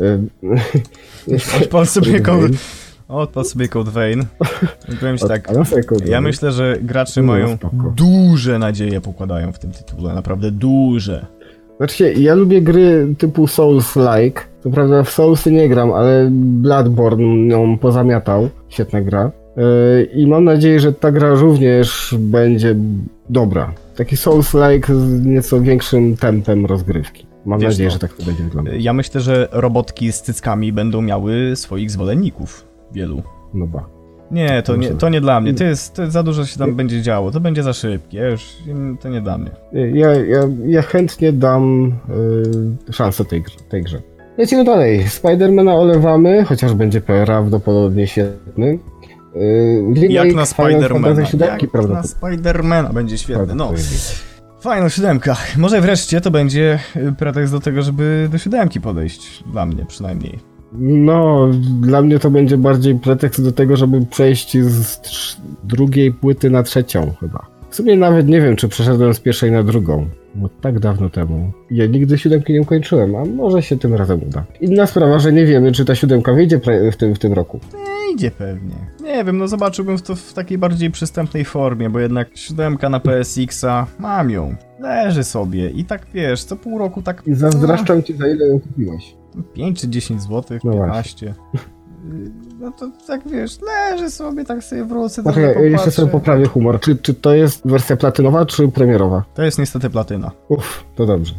Speaker 3: Y,
Speaker 2: Odpal sobie
Speaker 3: Code
Speaker 2: Code...
Speaker 3: Vein.
Speaker 2: Odpal sobie Code Vein. I powiem ci tak,
Speaker 3: Odpalam sobie Code
Speaker 2: ja
Speaker 3: Vein.
Speaker 2: myślę, że gracze
Speaker 3: No,
Speaker 2: mają
Speaker 3: spoko.
Speaker 2: duże nadzieje pokładają w tym tytule, naprawdę duże.
Speaker 3: Znaczy się, ja lubię gry typu Souls-like. Co prawda w Soulsy nie gram, ale Bloodborne ją pozamiatał. Świetna gra. Yy, I mam nadzieję, że ta gra również będzie dobra. Taki Souls-like z nieco większym tempem rozgrywki. Mam
Speaker 2: Wiesz
Speaker 3: nadzieję,
Speaker 2: no,
Speaker 3: że tak to będzie wyglądać.
Speaker 2: Ja myślę, że robotki z cyckami będą miały swoich zwolenników. Wielu.
Speaker 3: No ba.
Speaker 2: Nie, to nie, to nie dla mnie. To jest, to jest za dużo się tam będzie działo. To będzie za szybkie. Ja już, to nie dla mnie.
Speaker 3: Ja, ja, ja chętnie dam yy, szansę tej, grze- tej grze. Lecimy dalej. Spidermana olewamy, chociaż będzie prawdopodobnie świetny. Yy,
Speaker 2: Jak na Spidermana.
Speaker 3: siódemki,
Speaker 2: Jak na Spidermana będzie świetny. No. Final siódemka. Może wreszcie to będzie pretekst do tego, żeby do siódemki podejść. Dla mnie przynajmniej.
Speaker 3: No, dla mnie to będzie bardziej pretekst do tego, żeby przejść z trz- drugiej płyty na trzecią chyba. W sumie nawet nie wiem, czy przeszedłem z pierwszej na drugą, bo tak dawno temu. Ja nigdy siódemki nie ukończyłem, a może się tym razem uda. Inna sprawa, że nie wiemy, czy ta siódemka wyjdzie pre- w tym, w tym roku.
Speaker 2: Nie idzie pewnie. Nie wiem, no zobaczyłbym to w takiej bardziej przystępnej formie, bo jednak siódemka na P S X-a, mam ją. Leży sobie i tak wiesz, co pół roku tak...
Speaker 3: I zazdraszczam ci, za ile ją kupiłeś.
Speaker 2: pięć czy dziesięć złotych,
Speaker 3: No
Speaker 2: piętnaście. No to tak wiesz, leży sobie, tak sobie wrócę,
Speaker 3: Znaczy,
Speaker 2: trochę
Speaker 3: ja jeszcze
Speaker 2: popatrzę.
Speaker 3: sobie poprawię humor. Czy, czy to jest wersja platynowa, czy premierowa?
Speaker 2: To jest niestety platyna.
Speaker 3: Uff, to dobrze.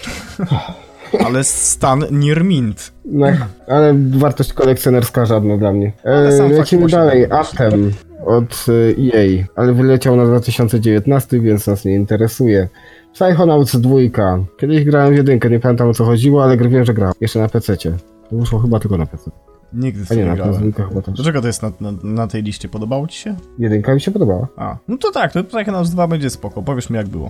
Speaker 2: Ale stan near mint.
Speaker 3: No, ale wartość kolekcjonerska żadna dla mnie.
Speaker 2: Ale sam
Speaker 3: E,
Speaker 2: fakt
Speaker 3: lecimy
Speaker 2: posiadania
Speaker 3: dalej.
Speaker 2: właśnie.
Speaker 3: Anthem od e, E A, ale wyleciał na dwa tysiące dziewiętnasty, więc nas nie interesuje. Psychonauts dwa. Kiedyś grałem w jedynkę, nie pamiętam o co chodziło, ale wiem, że grałem. Jeszcze na pececie. To wyszło chyba tylko na pececie.
Speaker 2: Nigdy
Speaker 3: A
Speaker 2: sobie
Speaker 3: nie, na
Speaker 2: grałem.
Speaker 3: dwójkę chyba też.
Speaker 2: Dlaczego to jest na, na, na tej liście? Podobało ci się?
Speaker 3: Jedynka mi się podobała.
Speaker 2: A, no to tak, to Psychonauts dwa będzie spoko. Powiesz mi jak było.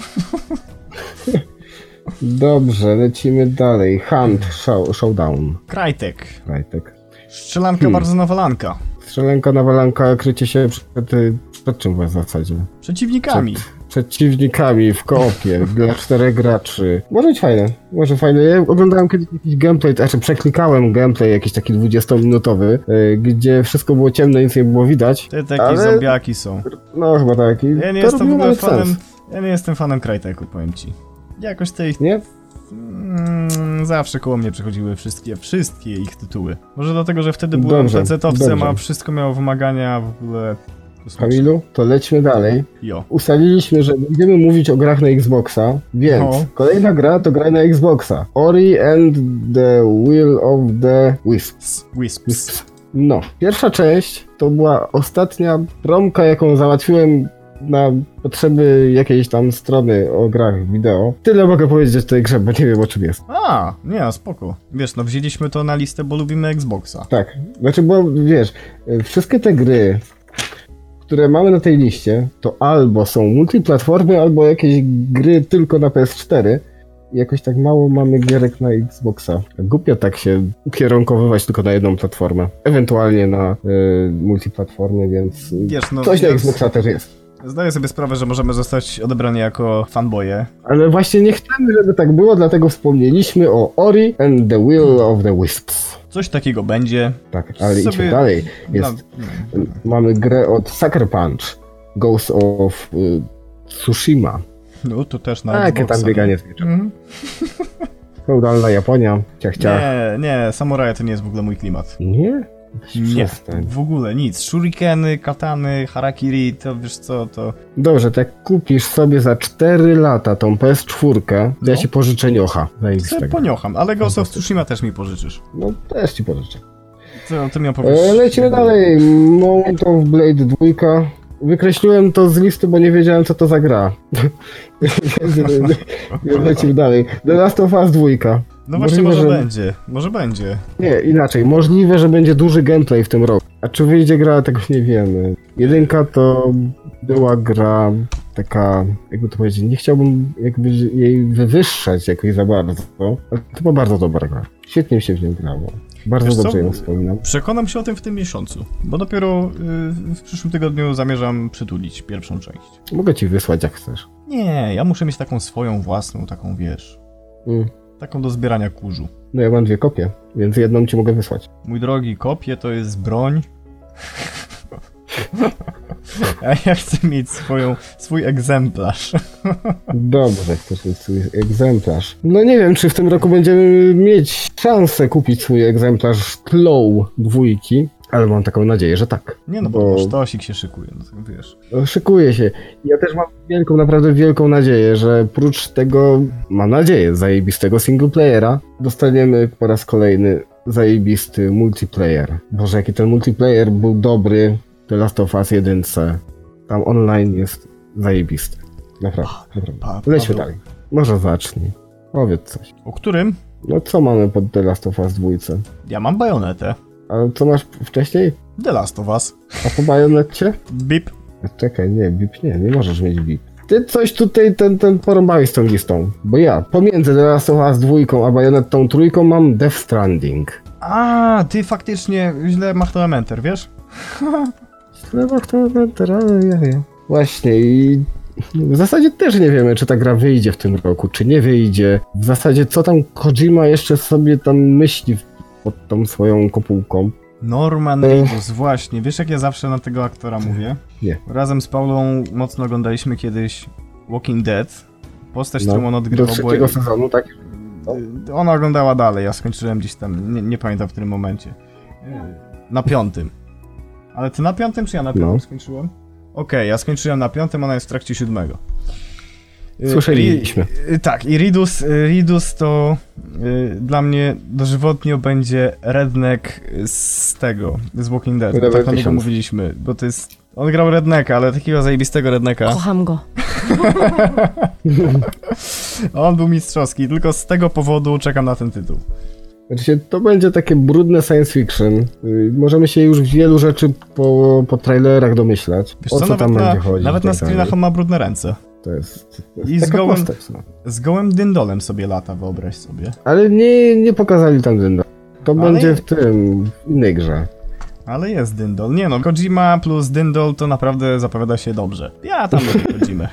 Speaker 3: Dobrze, lecimy dalej. Hunt show, Showdown.
Speaker 2: Crytek.
Speaker 3: Rajtek.
Speaker 2: Strzelanka
Speaker 3: Hmm.
Speaker 2: bardzo nawalanka.
Speaker 3: Strzelenka, nawalanka, krycie się przed, przed czym w zasadzie?
Speaker 2: Przeciwnikami.
Speaker 3: Przeciwnikami w koopie dla czterech graczy. Może być fajne, może fajne. Ja oglądałem kiedyś jakiś gameplay, znaczy przeklikałem gameplay jakiś taki dwudziestominutowy, yy, gdzie wszystko było ciemne, nic nie było widać.
Speaker 2: Te takie
Speaker 3: ale-
Speaker 2: zombiaki są.
Speaker 3: No chyba tak. I
Speaker 2: Ja nie
Speaker 3: to
Speaker 2: jestem w
Speaker 3: robiło
Speaker 2: ogóle
Speaker 3: nawet
Speaker 2: fanem.
Speaker 3: sens.
Speaker 2: Ja nie jestem fanem Cryteku, powiem ci. Jakoś te ich.
Speaker 3: Nie?
Speaker 2: Mm, zawsze koło mnie przechodziły wszystkie, wszystkie ich tytuły. Może dlatego, że wtedy byłem
Speaker 3: Dobrze,
Speaker 2: pecetowcem,
Speaker 3: dobrze.
Speaker 2: a wszystko miało wymagania w ogóle. kosmiczne.
Speaker 3: Kamilu, to lećmy dalej.
Speaker 2: Jo.
Speaker 3: Ustaliliśmy, że będziemy mówić o grach na Xboxa, więc
Speaker 2: No.
Speaker 3: kolejna gra to gra na Xboxa. Ori and the Will of the Wisps.
Speaker 2: Wisps.
Speaker 3: No, pierwsza część to była ostatnia promka, jaką załatwiłem na potrzeby jakiejś tam strony o grach wideo. Tyle mogę powiedzieć o tej grze, bo nie wiem o czym jest.
Speaker 2: A, nie, no spoko. Wiesz, no wzięliśmy to na listę, bo lubimy Xboxa.
Speaker 3: Tak, znaczy, bo wiesz, wszystkie te gry, które mamy na tej liście, to albo są multiplatformy, albo jakieś gry tylko na P S cztery. I jakoś tak mało mamy gierek na Xboxa. Głupio tak się ukierunkowywać tylko na jedną platformę. Ewentualnie na y, multiplatformy, więc y,
Speaker 2: Wiesz, no,
Speaker 3: coś na
Speaker 2: ja
Speaker 3: Xboxa też jest.
Speaker 2: zdaję sobie sprawę, że możemy zostać odebrani jako fanboye.
Speaker 3: Ale właśnie nie chcemy, żeby tak było, dlatego wspomnieliśmy o Ori and the Will of the Wisps.
Speaker 2: Coś takiego będzie.
Speaker 3: Tak, ale
Speaker 2: Sobie-
Speaker 3: idźmy dalej. Jest,
Speaker 2: No,
Speaker 3: Mamy grę od Sucker Punch, Ghost of y, Tsushima.
Speaker 2: no to też na
Speaker 3: A, jakie
Speaker 2: Xboxa.
Speaker 3: tam bieganie z mieczem.
Speaker 2: Mhm.
Speaker 3: Feudalna Japonia, ciach ciach.
Speaker 2: Nie, nie, samuraje to nie jest w ogóle mój klimat.
Speaker 3: Nie?
Speaker 2: Nie,
Speaker 3: Przestań.
Speaker 2: w ogóle nic. Shurikeny, katany, harakiri, to wiesz co, to...
Speaker 3: Dobrze, to jak kupisz sobie za cztery lata tą P S cztery, to
Speaker 2: No.
Speaker 3: ja ci pożyczę niocha.
Speaker 2: Sobie
Speaker 3: Zajebistego.
Speaker 2: poniocham, ale Ghost of Tsushima też mi pożyczysz.
Speaker 3: No też ci pożyczę.
Speaker 2: Co ty mi opowiesz?
Speaker 3: E, lecimy dalej. Mount of Blade dwa. Wykreśliłem to z listy, bo nie wiedziałem co to za gra. Lecimy dalej. The Last of Us dwa.
Speaker 2: No właśnie,
Speaker 3: Możliwe,
Speaker 2: może
Speaker 3: że-
Speaker 2: będzie, może będzie.
Speaker 3: Nie, inaczej. Możliwe, że będzie duży gameplay w tym roku. A czy wyjdzie gra, tego nie wiemy. Jedynka to była gra taka, jakby to powiedzieć, nie chciałbym jakby jej wywyższać jakoś za bardzo, ale to była bardzo dobra gra. Świetnie mi się w nią grało. Bardzo
Speaker 2: Wiesz co?
Speaker 3: dobrze ją wspominam.
Speaker 2: Przekonam się o tym w tym miesiącu, bo dopiero y, w przyszłym tygodniu zamierzam przytulić pierwszą część.
Speaker 3: Mogę ci wysłać jak chcesz.
Speaker 2: Nie, ja muszę mieć taką swoją własną, taką wiesz,
Speaker 3: Mm.
Speaker 2: taką do zbierania kurzu.
Speaker 3: No ja mam dwie kopie, więc jedną ci mogę wysłać.
Speaker 2: Mój drogi, kopie to jest broń. A ja chcę mieć swoją, swój egzemplarz.
Speaker 3: Dobrze, chcesz mieć swój egzemplarz. No nie wiem, czy w tym roku będziemy mieć szansę kupić swój egzemplarz Tlow dwójki, ale mam taką nadzieję, że tak.
Speaker 2: Nie no, bo,
Speaker 3: Bo-
Speaker 2: bo sztosik się szykuje, no to wiesz.
Speaker 3: Szykuję się. Ja też mam wielką, naprawdę wielką nadzieję, że prócz tego, mam nadzieję, zajebistego singleplayera, dostaniemy po raz kolejny zajebisty multiplayer. Boże, jaki ten multiplayer był dobry, The Last of Us jeden. Tam online jest zajebisty. Naprawdę, naprawdę.
Speaker 2: Pa,
Speaker 3: Lećmy
Speaker 2: Paweł.
Speaker 3: dalej. Może zacznij. Powiedz coś.
Speaker 2: O którym?
Speaker 3: No co mamy pod The Last of Us dwa?
Speaker 2: Ja mam bajonetę.
Speaker 3: A co masz wcześniej?
Speaker 2: The Last of Us.
Speaker 3: A po bajonecie?
Speaker 2: Bip.
Speaker 3: Czekaj, nie, bip nie, nie możesz mieć bip. Ty coś tutaj ten, ten porąbałeś z tą listą, bo ja pomiędzy The Last of Us dwójką a Bayonettą trójką mam Death Stranding.
Speaker 2: A, ty faktycznie źle machnąłem enter, wiesz?
Speaker 3: Chleba to ale ja wiem. Właśnie i w zasadzie też nie wiemy, czy ta gra wyjdzie w tym roku, czy nie wyjdzie. W zasadzie co tam Kojima jeszcze sobie tam myśli pod tą swoją kopułką.
Speaker 2: Norman
Speaker 3: Ech.
Speaker 2: Reedus, właśnie. Wiesz jak ja zawsze na tego aktora mówię?
Speaker 3: Nie.
Speaker 2: Razem z Paulą mocno oglądaliśmy kiedyś Walking Dead. Postać,
Speaker 3: No,
Speaker 2: którą on
Speaker 3: do
Speaker 2: odgrywał,
Speaker 3: trzeciego sezonu, tak?
Speaker 2: Y, Ona oglądała dalej, ja skończyłem gdzieś tam, nie, nie pamiętam w którym momencie. Y, Na piątym. Ale ty na piątym, czy ja na piątym
Speaker 3: No.
Speaker 2: skończyłem? Okej, ja skończyłem na piątym, ona jest w trakcie siódmego. Y,
Speaker 3: Słyszeliśmy.
Speaker 2: Ri- y, Tak, i Ridus, y, Ridus to y, dla mnie dożywotnio będzie redneck z tego, z Walking Dead.
Speaker 3: Level
Speaker 2: Tak na niego
Speaker 3: tysiąc.
Speaker 2: mówiliśmy, bo to jest... On grał rednecka, ale takiego zajebistego rednecka.
Speaker 1: Kocham go.
Speaker 2: On był mistrzowski, tylko z tego powodu czekam na ten tytuł.
Speaker 3: Znaczy, to będzie takie brudne science fiction. Yy, Możemy się już wielu rzeczy po, po trailerach domyślać.
Speaker 2: Wiesz
Speaker 3: o
Speaker 2: co,
Speaker 3: co tam
Speaker 2: nawet, na,
Speaker 3: będzie chodzić.
Speaker 2: nawet
Speaker 3: i
Speaker 2: na
Speaker 3: tak dalej.
Speaker 2: screenach on ma brudne ręce.
Speaker 3: To jest, to
Speaker 2: I
Speaker 3: jest
Speaker 2: z
Speaker 3: taka
Speaker 2: gołym-
Speaker 3: postać, no.
Speaker 2: Z gołym dyndolem sobie lata, wyobraź sobie.
Speaker 3: Ale nie, nie pokazali tam Dynda. To
Speaker 2: Ale-
Speaker 3: będzie w tym, w innej grze.
Speaker 2: Ale jest dyndol. Nie no, Kojima plus dyndol to naprawdę zapowiada się dobrze. Ja tam lubię Kojimę.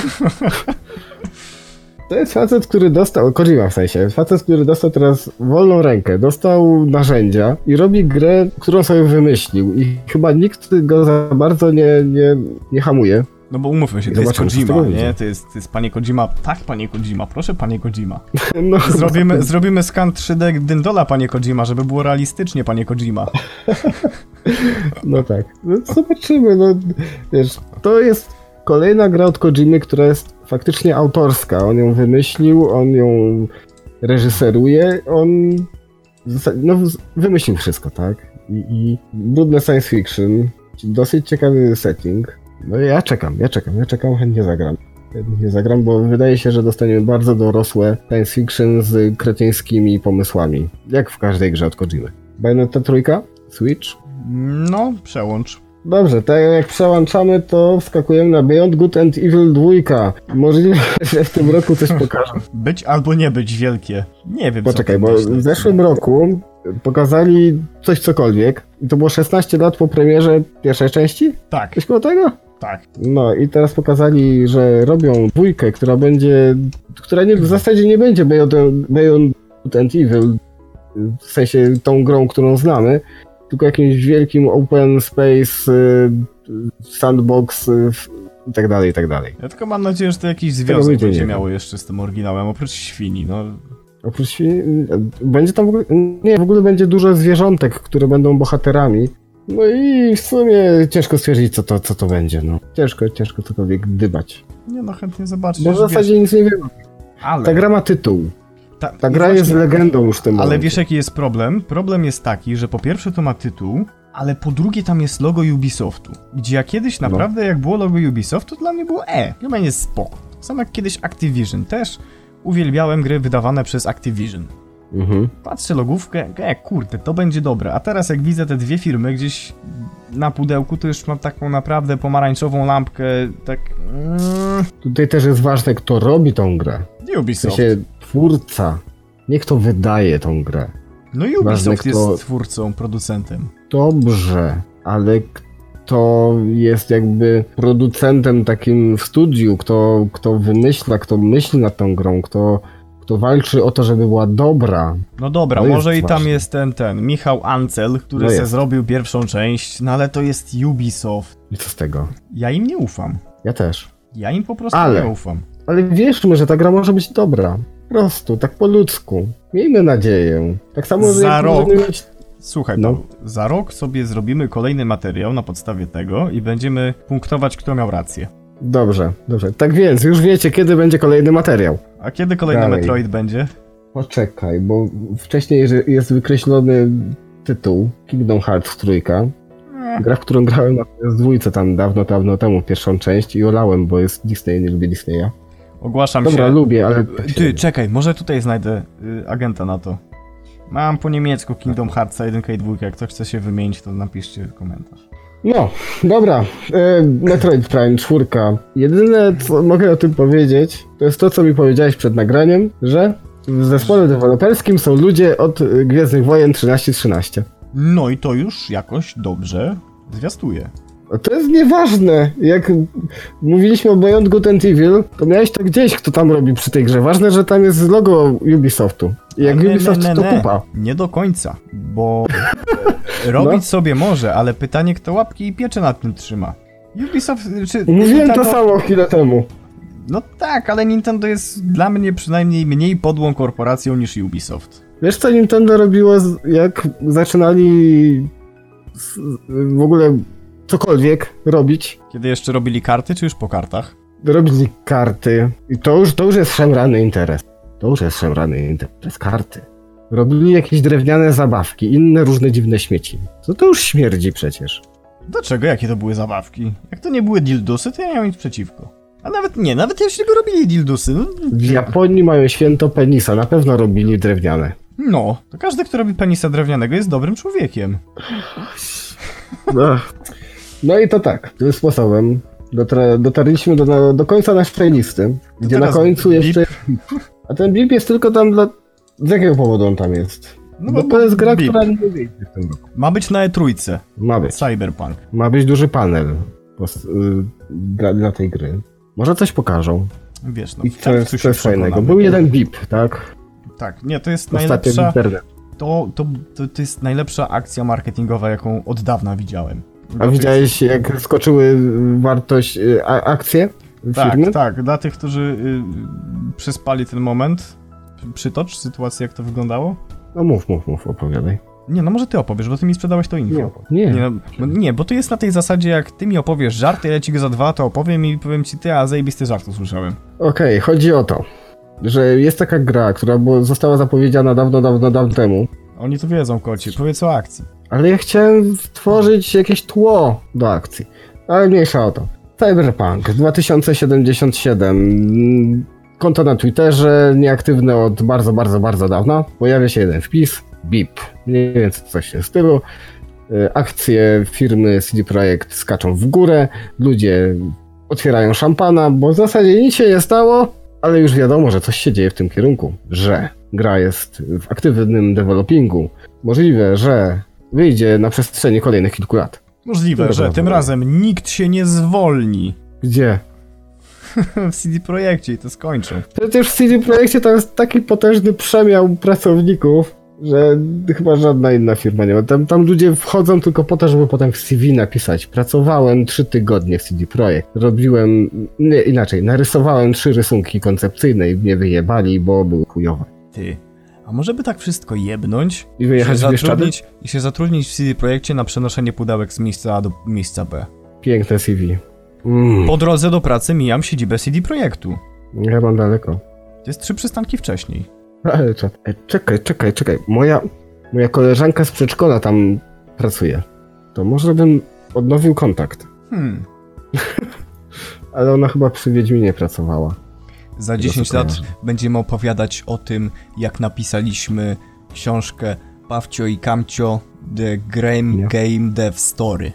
Speaker 3: To jest facet, który dostał, Kojima w sensie, facet, który dostał teraz wolną rękę, dostał narzędzia i robi grę, którą sobie wymyślił i chyba nikt go za bardzo nie, nie, nie hamuje.
Speaker 2: No bo umówmy się, to jest
Speaker 3: Zobaczymy, co z
Speaker 2: Kojima,
Speaker 3: tego
Speaker 2: nie?
Speaker 3: wyjdzie.
Speaker 2: To jest, to jest panie Kojima. Tak, panie Kojima, proszę panie Kojima.
Speaker 3: No,
Speaker 2: Zrobimy, zrobimy skan trzy D dyndola, panie Kojima, żeby było realistycznie, panie Kojima.
Speaker 3: No tak. No, zobaczymy, no wiesz, to jest kolejna gra od Kojimy, która jest faktycznie autorska. On ją wymyślił, on ją reżyseruje, on w zasadzie, no, z- wymyślił wszystko, tak? I, i brudne science fiction, dosyć ciekawy setting. No ja czekam, ja czekam, ja czekam, chętnie zagram. Chętnie zagram, bo wydaje się, że dostaniemy bardzo dorosłe science fiction z kretyńskimi pomysłami. Jak w każdej grze od Kojimy. Bayonetta trójka? Switch?
Speaker 2: No, przełącz.
Speaker 3: Dobrze, tak jak przełączamy, to wskakujemy na Beyond Good and Evil dwa. Możliwe, że w tym roku coś pokażę.
Speaker 2: Być albo nie być wielkie. Nie wiem,
Speaker 3: Poczekaj,
Speaker 2: co
Speaker 3: bo
Speaker 2: ty myślisz.
Speaker 3: w zeszłym roku pokazali coś cokolwiek i to było szesnaście lat po premierze pierwszej części?
Speaker 2: Tak,
Speaker 3: Coś koło tego?
Speaker 2: tak.
Speaker 3: No i teraz pokazali, że robią dwójkę, która będzie, która nie, w zasadzie nie będzie Beyond, Beyond Good and Evil, w sensie tą grą, którą znamy, tylko jakimś wielkim open space, y, sandbox y, i tak dalej, i tak dalej.
Speaker 2: Ja tylko mam nadzieję, że to jakiś
Speaker 3: Tego
Speaker 2: związek
Speaker 3: ludzie
Speaker 2: będzie
Speaker 3: nie
Speaker 2: miało jeszcze z tym oryginałem, oprócz świni, no.
Speaker 3: Oprócz świn... Będzie tam w ogóle... Nie, w ogóle będzie dużo zwierzątek, które będą bohaterami. No i w sumie ciężko stwierdzić, co to, co to będzie, no. Ciężko, ciężko cokolwiek dybać.
Speaker 2: Nie no, chętnie zobaczysz.
Speaker 3: Bo w zasadzie
Speaker 2: wiesz,
Speaker 3: nic nie wiem.
Speaker 2: ale...
Speaker 3: Ta gra ma tytuł.
Speaker 2: Ta,
Speaker 3: Ta gra
Speaker 2: właśnie,
Speaker 3: jest legendą już w tym
Speaker 2: Ale
Speaker 3: momencie.
Speaker 2: wiesz jaki jest problem? Problem jest taki, że po pierwsze to ma tytuł, ale po drugie tam jest logo Ubisoftu. Gdzie ja kiedyś
Speaker 3: No.
Speaker 2: naprawdę jak było logo Ubisoftu, to dla mnie było e, dla mnie jest spoko. Sam jak kiedyś Activision też uwielbiałem gry wydawane przez Activision.
Speaker 3: Mhm.
Speaker 2: Patrzę logówkę, e, kurde, to będzie dobre. A teraz jak widzę te dwie firmy gdzieś na pudełku, to już mam taką naprawdę pomarańczową lampkę, tak... Mm,
Speaker 3: Tutaj też jest ważne, kto robi tą grę. W
Speaker 2: Ubisoft.
Speaker 3: sensie twórca. Nie kto wydaje tą grę.
Speaker 2: No i Ubisoft
Speaker 3: ważne, kto-
Speaker 2: jest twórcą, producentem.
Speaker 3: Dobrze, ale kto jest jakby producentem takim w studiu, kto, kto wymyśla, kto myśli nad tą grą, kto, kto walczy o to, żeby była dobra.
Speaker 2: No dobra,
Speaker 3: To jest
Speaker 2: może i tam
Speaker 3: ważne.
Speaker 2: jest ten, ten, Michał Ancel, który
Speaker 3: No
Speaker 2: se
Speaker 3: jest.
Speaker 2: zrobił pierwszą część, no ale to jest Ubisoft.
Speaker 3: I co z tego?
Speaker 2: Ja im nie ufam.
Speaker 3: Ja też.
Speaker 2: Ja im po prostu
Speaker 3: Ale-
Speaker 2: nie ufam.
Speaker 3: Ale wierzmy, że ta gra może być dobra. Po prostu, tak po ludzku. Miejmy nadzieję. Tak samo, że
Speaker 2: Za
Speaker 3: jak
Speaker 2: rok.
Speaker 3: możemy mieć...
Speaker 2: Słuchaj,
Speaker 3: No.
Speaker 2: Paweł, za rok sobie zrobimy kolejny materiał na podstawie tego i będziemy punktować, kto miał rację.
Speaker 3: Dobrze, dobrze. Tak więc, już wiecie, kiedy będzie kolejny materiał.
Speaker 2: A kiedy kolejny
Speaker 3: Dalej.
Speaker 2: Metroid będzie?
Speaker 3: Poczekaj, bo wcześniej że jest wykreślony tytuł Kingdom Hearts trójka. Gra, w którą grałem na P S dwa tam dawno, dawno temu, pierwszą część i olałem, bo jest Disney, nie lubię Disneya.
Speaker 2: Ogłaszam
Speaker 3: Dobra,
Speaker 2: się.
Speaker 3: lubię, ale...
Speaker 2: Ty, czekaj, może tutaj znajdę y, agenta na to. Mam po niemiecku Kingdom Hearts jeden i dwa, jak ktoś chce się wymienić, to napiszcie komentarz.
Speaker 3: No, dobra. E, Metroid Prime czwórka. Jedyne, co mogę o tym powiedzieć, to jest to, co mi powiedziałeś przed nagraniem, że w zespole deweloperskim są ludzie od y, Gwiezdnych Wojen trzynaście trzynaście.
Speaker 2: No i to już jakoś dobrze zwiastuje.
Speaker 3: To jest nieważne. Jak mówiliśmy o Beyond Good and Evil, to miałeś to gdzieś, kto tam robi przy tej grze. Ważne, że tam jest logo Ubisoftu. I jak
Speaker 2: Nie,
Speaker 3: Ubisoft
Speaker 2: nie, nie,
Speaker 3: to
Speaker 2: nie.
Speaker 3: kupa.
Speaker 2: Nie do końca, bo robić
Speaker 3: No.
Speaker 2: sobie może, ale pytanie, kto łapki i piecze nad tym trzyma. Ubisoft, czy...
Speaker 3: Mówiłem
Speaker 2: Nintendo-
Speaker 3: to samo chwilę temu.
Speaker 2: No tak, ale Nintendo jest dla mnie przynajmniej mniej podłą korporacją niż Ubisoft.
Speaker 3: Wiesz, co Nintendo robiło, z- jak zaczynali z- w ogóle cokolwiek robić?
Speaker 2: Kiedy jeszcze robili karty, czy już po kartach?
Speaker 3: Robili karty. I to już, to już jest szemrany interes. To już jest szemrany interes. Karty. Robili jakieś drewniane zabawki, inne różne dziwne śmieci. To to już śmierdzi przecież.
Speaker 2: Dlaczego? Jakie to były zabawki? Jak to nie były dildusy, to ja nie miałem nic przeciwko. A nawet nie, nawet jeśli by robili dildusy, no,
Speaker 3: W Japonii mają święto penisa, na pewno robili drewniane.
Speaker 2: no, to każdy, kto robi penisa drewnianego jest dobrym człowiekiem.
Speaker 3: No, no i to tak, tym sposobem dotra- dotarliśmy do, do końca naszej listy, gdzie na
Speaker 2: teraz
Speaker 3: końcu
Speaker 2: bip.
Speaker 3: jeszcze jest bip. A ten bip jest tylko tam dla... Z jakiego powodu on tam jest?
Speaker 2: No
Speaker 3: bo
Speaker 2: bo
Speaker 3: to jest gra,
Speaker 2: bip.
Speaker 3: która nie wyjdzie w tym roku.
Speaker 2: Ma być na E trzy.
Speaker 3: Ma być.
Speaker 2: Cyberpunk.
Speaker 3: Ma być duży panel pos- y, dla, dla tej gry. Może coś pokażą.
Speaker 2: Wiesz, no,
Speaker 3: I
Speaker 2: w
Speaker 3: to jest
Speaker 2: czerwcu się
Speaker 3: coś fajnego.
Speaker 2: przekonamy.
Speaker 3: Był jeden bip, tak?
Speaker 2: Tak, nie, to jest
Speaker 3: Ostatnio w
Speaker 2: najlepsza...
Speaker 3: internet.
Speaker 2: To, to, to, to jest najlepsza akcja marketingowa, jaką od dawna widziałem.
Speaker 3: A widziałeś, jak skoczyły wartość y, a, akcje
Speaker 2: Tak,
Speaker 3: firmy?
Speaker 2: tak. Dla tych, którzy y, przespali ten moment, przytocz sytuację, jak to wyglądało.
Speaker 3: No mów, mów, mów, opowiadaj.
Speaker 2: Nie, no może ty opowiesz, bo ty mi sprzedałeś to info.
Speaker 3: Nie,
Speaker 2: Nie,
Speaker 3: nie.
Speaker 2: no, bo- nie, bo to jest na tej zasadzie, jak ty mi opowiesz żart, ja ci go za dwa, to opowiem i powiem ci ty, a zajebisty żart usłyszałem.
Speaker 3: Okej, chodzi o to, że jest taka gra, która było, została zapowiedziana dawno, dawno, dawno temu,
Speaker 2: Oni to wiedzą, koci, powiedz o akcji.
Speaker 3: ale ja chciałem stworzyć jakieś tło do akcji. Ale mniejsza o to. Cyberpunk dwa tysiące siedemdziesiąt siedem. Konto na Twitterze, nieaktywne od bardzo, bardzo, bardzo dawna. Pojawia się jeden wpis, bip. Mniej więcej coś w tym stylu. Y, Akcje firmy C D Projekt skaczą w górę, ludzie otwierają szampana, bo w zasadzie nic się nie stało, ale już wiadomo, że coś się dzieje w tym kierunku, że gra jest w aktywnym developingu. Możliwe, że wyjdzie na przestrzeni kolejnych kilku lat.
Speaker 2: Możliwe,
Speaker 3: Dobra,
Speaker 2: że
Speaker 3: dobra.
Speaker 2: tym razem nikt się nie zwolni
Speaker 3: Gdzie?
Speaker 2: w C D Projekcie i to skończą.
Speaker 3: Przecież w C D Projekcie tam jest taki potężny przemiał pracowników, że chyba żadna inna firma nie ma. Tam, tam ludzie wchodzą tylko po to, żeby potem w C V napisać. Pracowałem trzy tygodnie w C D Projekt. Robiłem, nie inaczej, narysowałem trzy rysunki koncepcyjne i mnie wyjebali, bo były chujowe.
Speaker 2: Ty, A może by tak wszystko jebnąć
Speaker 3: I wyjechać
Speaker 2: się
Speaker 3: w Bieszczady?
Speaker 2: zatrudnić, i się zatrudnić w C D Projekcie na przenoszenie pudełek z miejsca A do miejsca B.
Speaker 3: Piękne C V. Mm.
Speaker 2: Po drodze do pracy mijam siedzibę C D Projektu.
Speaker 3: Ja mam daleko.
Speaker 2: To jest trzy przystanki wcześniej.
Speaker 3: Ale czat. E, czekaj, czekaj, czekaj. Moja, moja koleżanka z przedszkola tam pracuje. To może bym odnowił kontakt.
Speaker 2: Hmm.
Speaker 3: Ale ona chyba przy Wiedźminie pracowała.
Speaker 2: Za dziesięć lat będziemy opowiadać o tym, jak napisaliśmy książkę Pawcio i Kamcio The Game,
Speaker 3: Nie.
Speaker 2: Game Dev Story.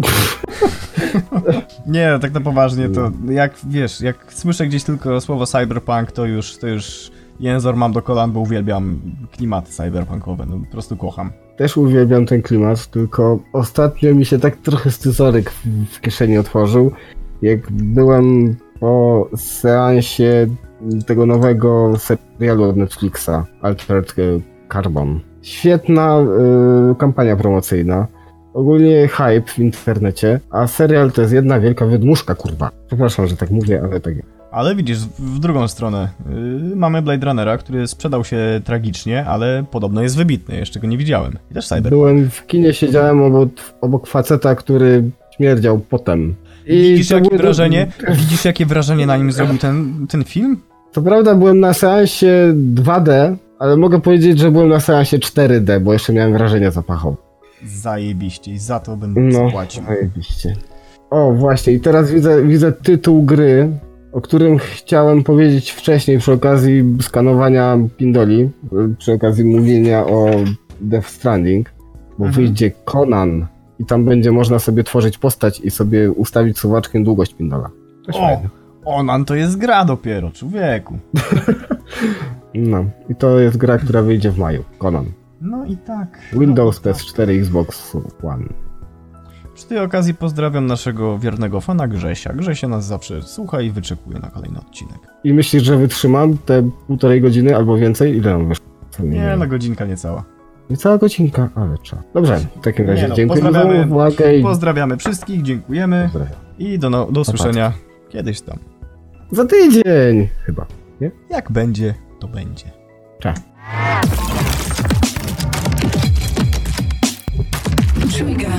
Speaker 2: Nie, tak na poważnie, to jak wiesz, jak słyszę gdzieś tylko słowo cyberpunk, to już, to już jęzor mam do kolan, bo uwielbiam klimaty cyberpunkowe, no po prostu kocham.
Speaker 3: Też uwielbiam ten klimat, tylko ostatnio mi się tak trochę scyzoryk w, w kieszeni otworzył, jak byłem po seansie tego nowego serialu od Netflixa, Altered Carbon. Świetna y, kampania promocyjna. Ogólnie hype w internecie, a serial to jest jedna wielka wydmuszka, kurwa. Przepraszam, że tak mówię, ale tak jest.
Speaker 2: Ale widzisz, w drugą stronę, yy, mamy Blade Runnera, który sprzedał się tragicznie, ale podobno jest wybitny, jeszcze go nie widziałem. I też Cyberpunk.
Speaker 3: Byłem w kinie, siedziałem obok, obok faceta, który śmierdział potem. I
Speaker 2: Widzisz
Speaker 3: to
Speaker 2: jakie
Speaker 3: było-
Speaker 2: wrażenie? Widzisz jakie wrażenie na nim zrobił ten, ten film?
Speaker 3: Co prawda byłem na seansie dwa D, ale mogę powiedzieć, że byłem na seansie cztery D, bo jeszcze miałem wrażenie zapachowe.
Speaker 2: Zajebiście i za to będę
Speaker 3: No,
Speaker 2: zapłacił.
Speaker 3: zajebiście. O, właśnie, i teraz widzę, widzę tytuł gry, o którym chciałem powiedzieć wcześniej przy okazji skanowania pindoli, przy okazji mówienia o Death Stranding, bo
Speaker 2: Mhm.
Speaker 3: wyjdzie Conan i tam będzie można sobie tworzyć postać i sobie ustawić suwaczkiem długość pindola. To
Speaker 2: O,
Speaker 3: fajne.
Speaker 2: Onan to jest gra dopiero, człowieku.
Speaker 3: No, i to jest gra, która wyjdzie w maju. Conan.
Speaker 2: No i tak.
Speaker 3: Windows,
Speaker 2: no
Speaker 3: P
Speaker 2: i
Speaker 3: S cztery, Xbox One.
Speaker 2: Przy tej okazji pozdrawiam naszego wiernego fana Grzesia. Grzesia nas zawsze słucha i wyczekuje na kolejny odcinek.
Speaker 3: I myślisz, że wytrzymam te półtorej godziny albo więcej? Ile nam wyszło? Co
Speaker 2: Nie,
Speaker 3: wiem.
Speaker 2: no godzinka niecała.
Speaker 3: Niecała godzinka, ale trzeba. Dobrze, w takim razie
Speaker 2: Nie no,
Speaker 3: dziękuję za
Speaker 2: pozdrawiamy-
Speaker 3: uwagę i
Speaker 2: Pozdrawiamy wszystkich, dziękujemy
Speaker 3: pozdrawiam.
Speaker 2: i do, no, do usłyszenia kiedyś tam.
Speaker 3: Za tydzień chyba, nie?
Speaker 2: Jak będzie, to będzie.
Speaker 3: Cześć.
Speaker 1: Trigger.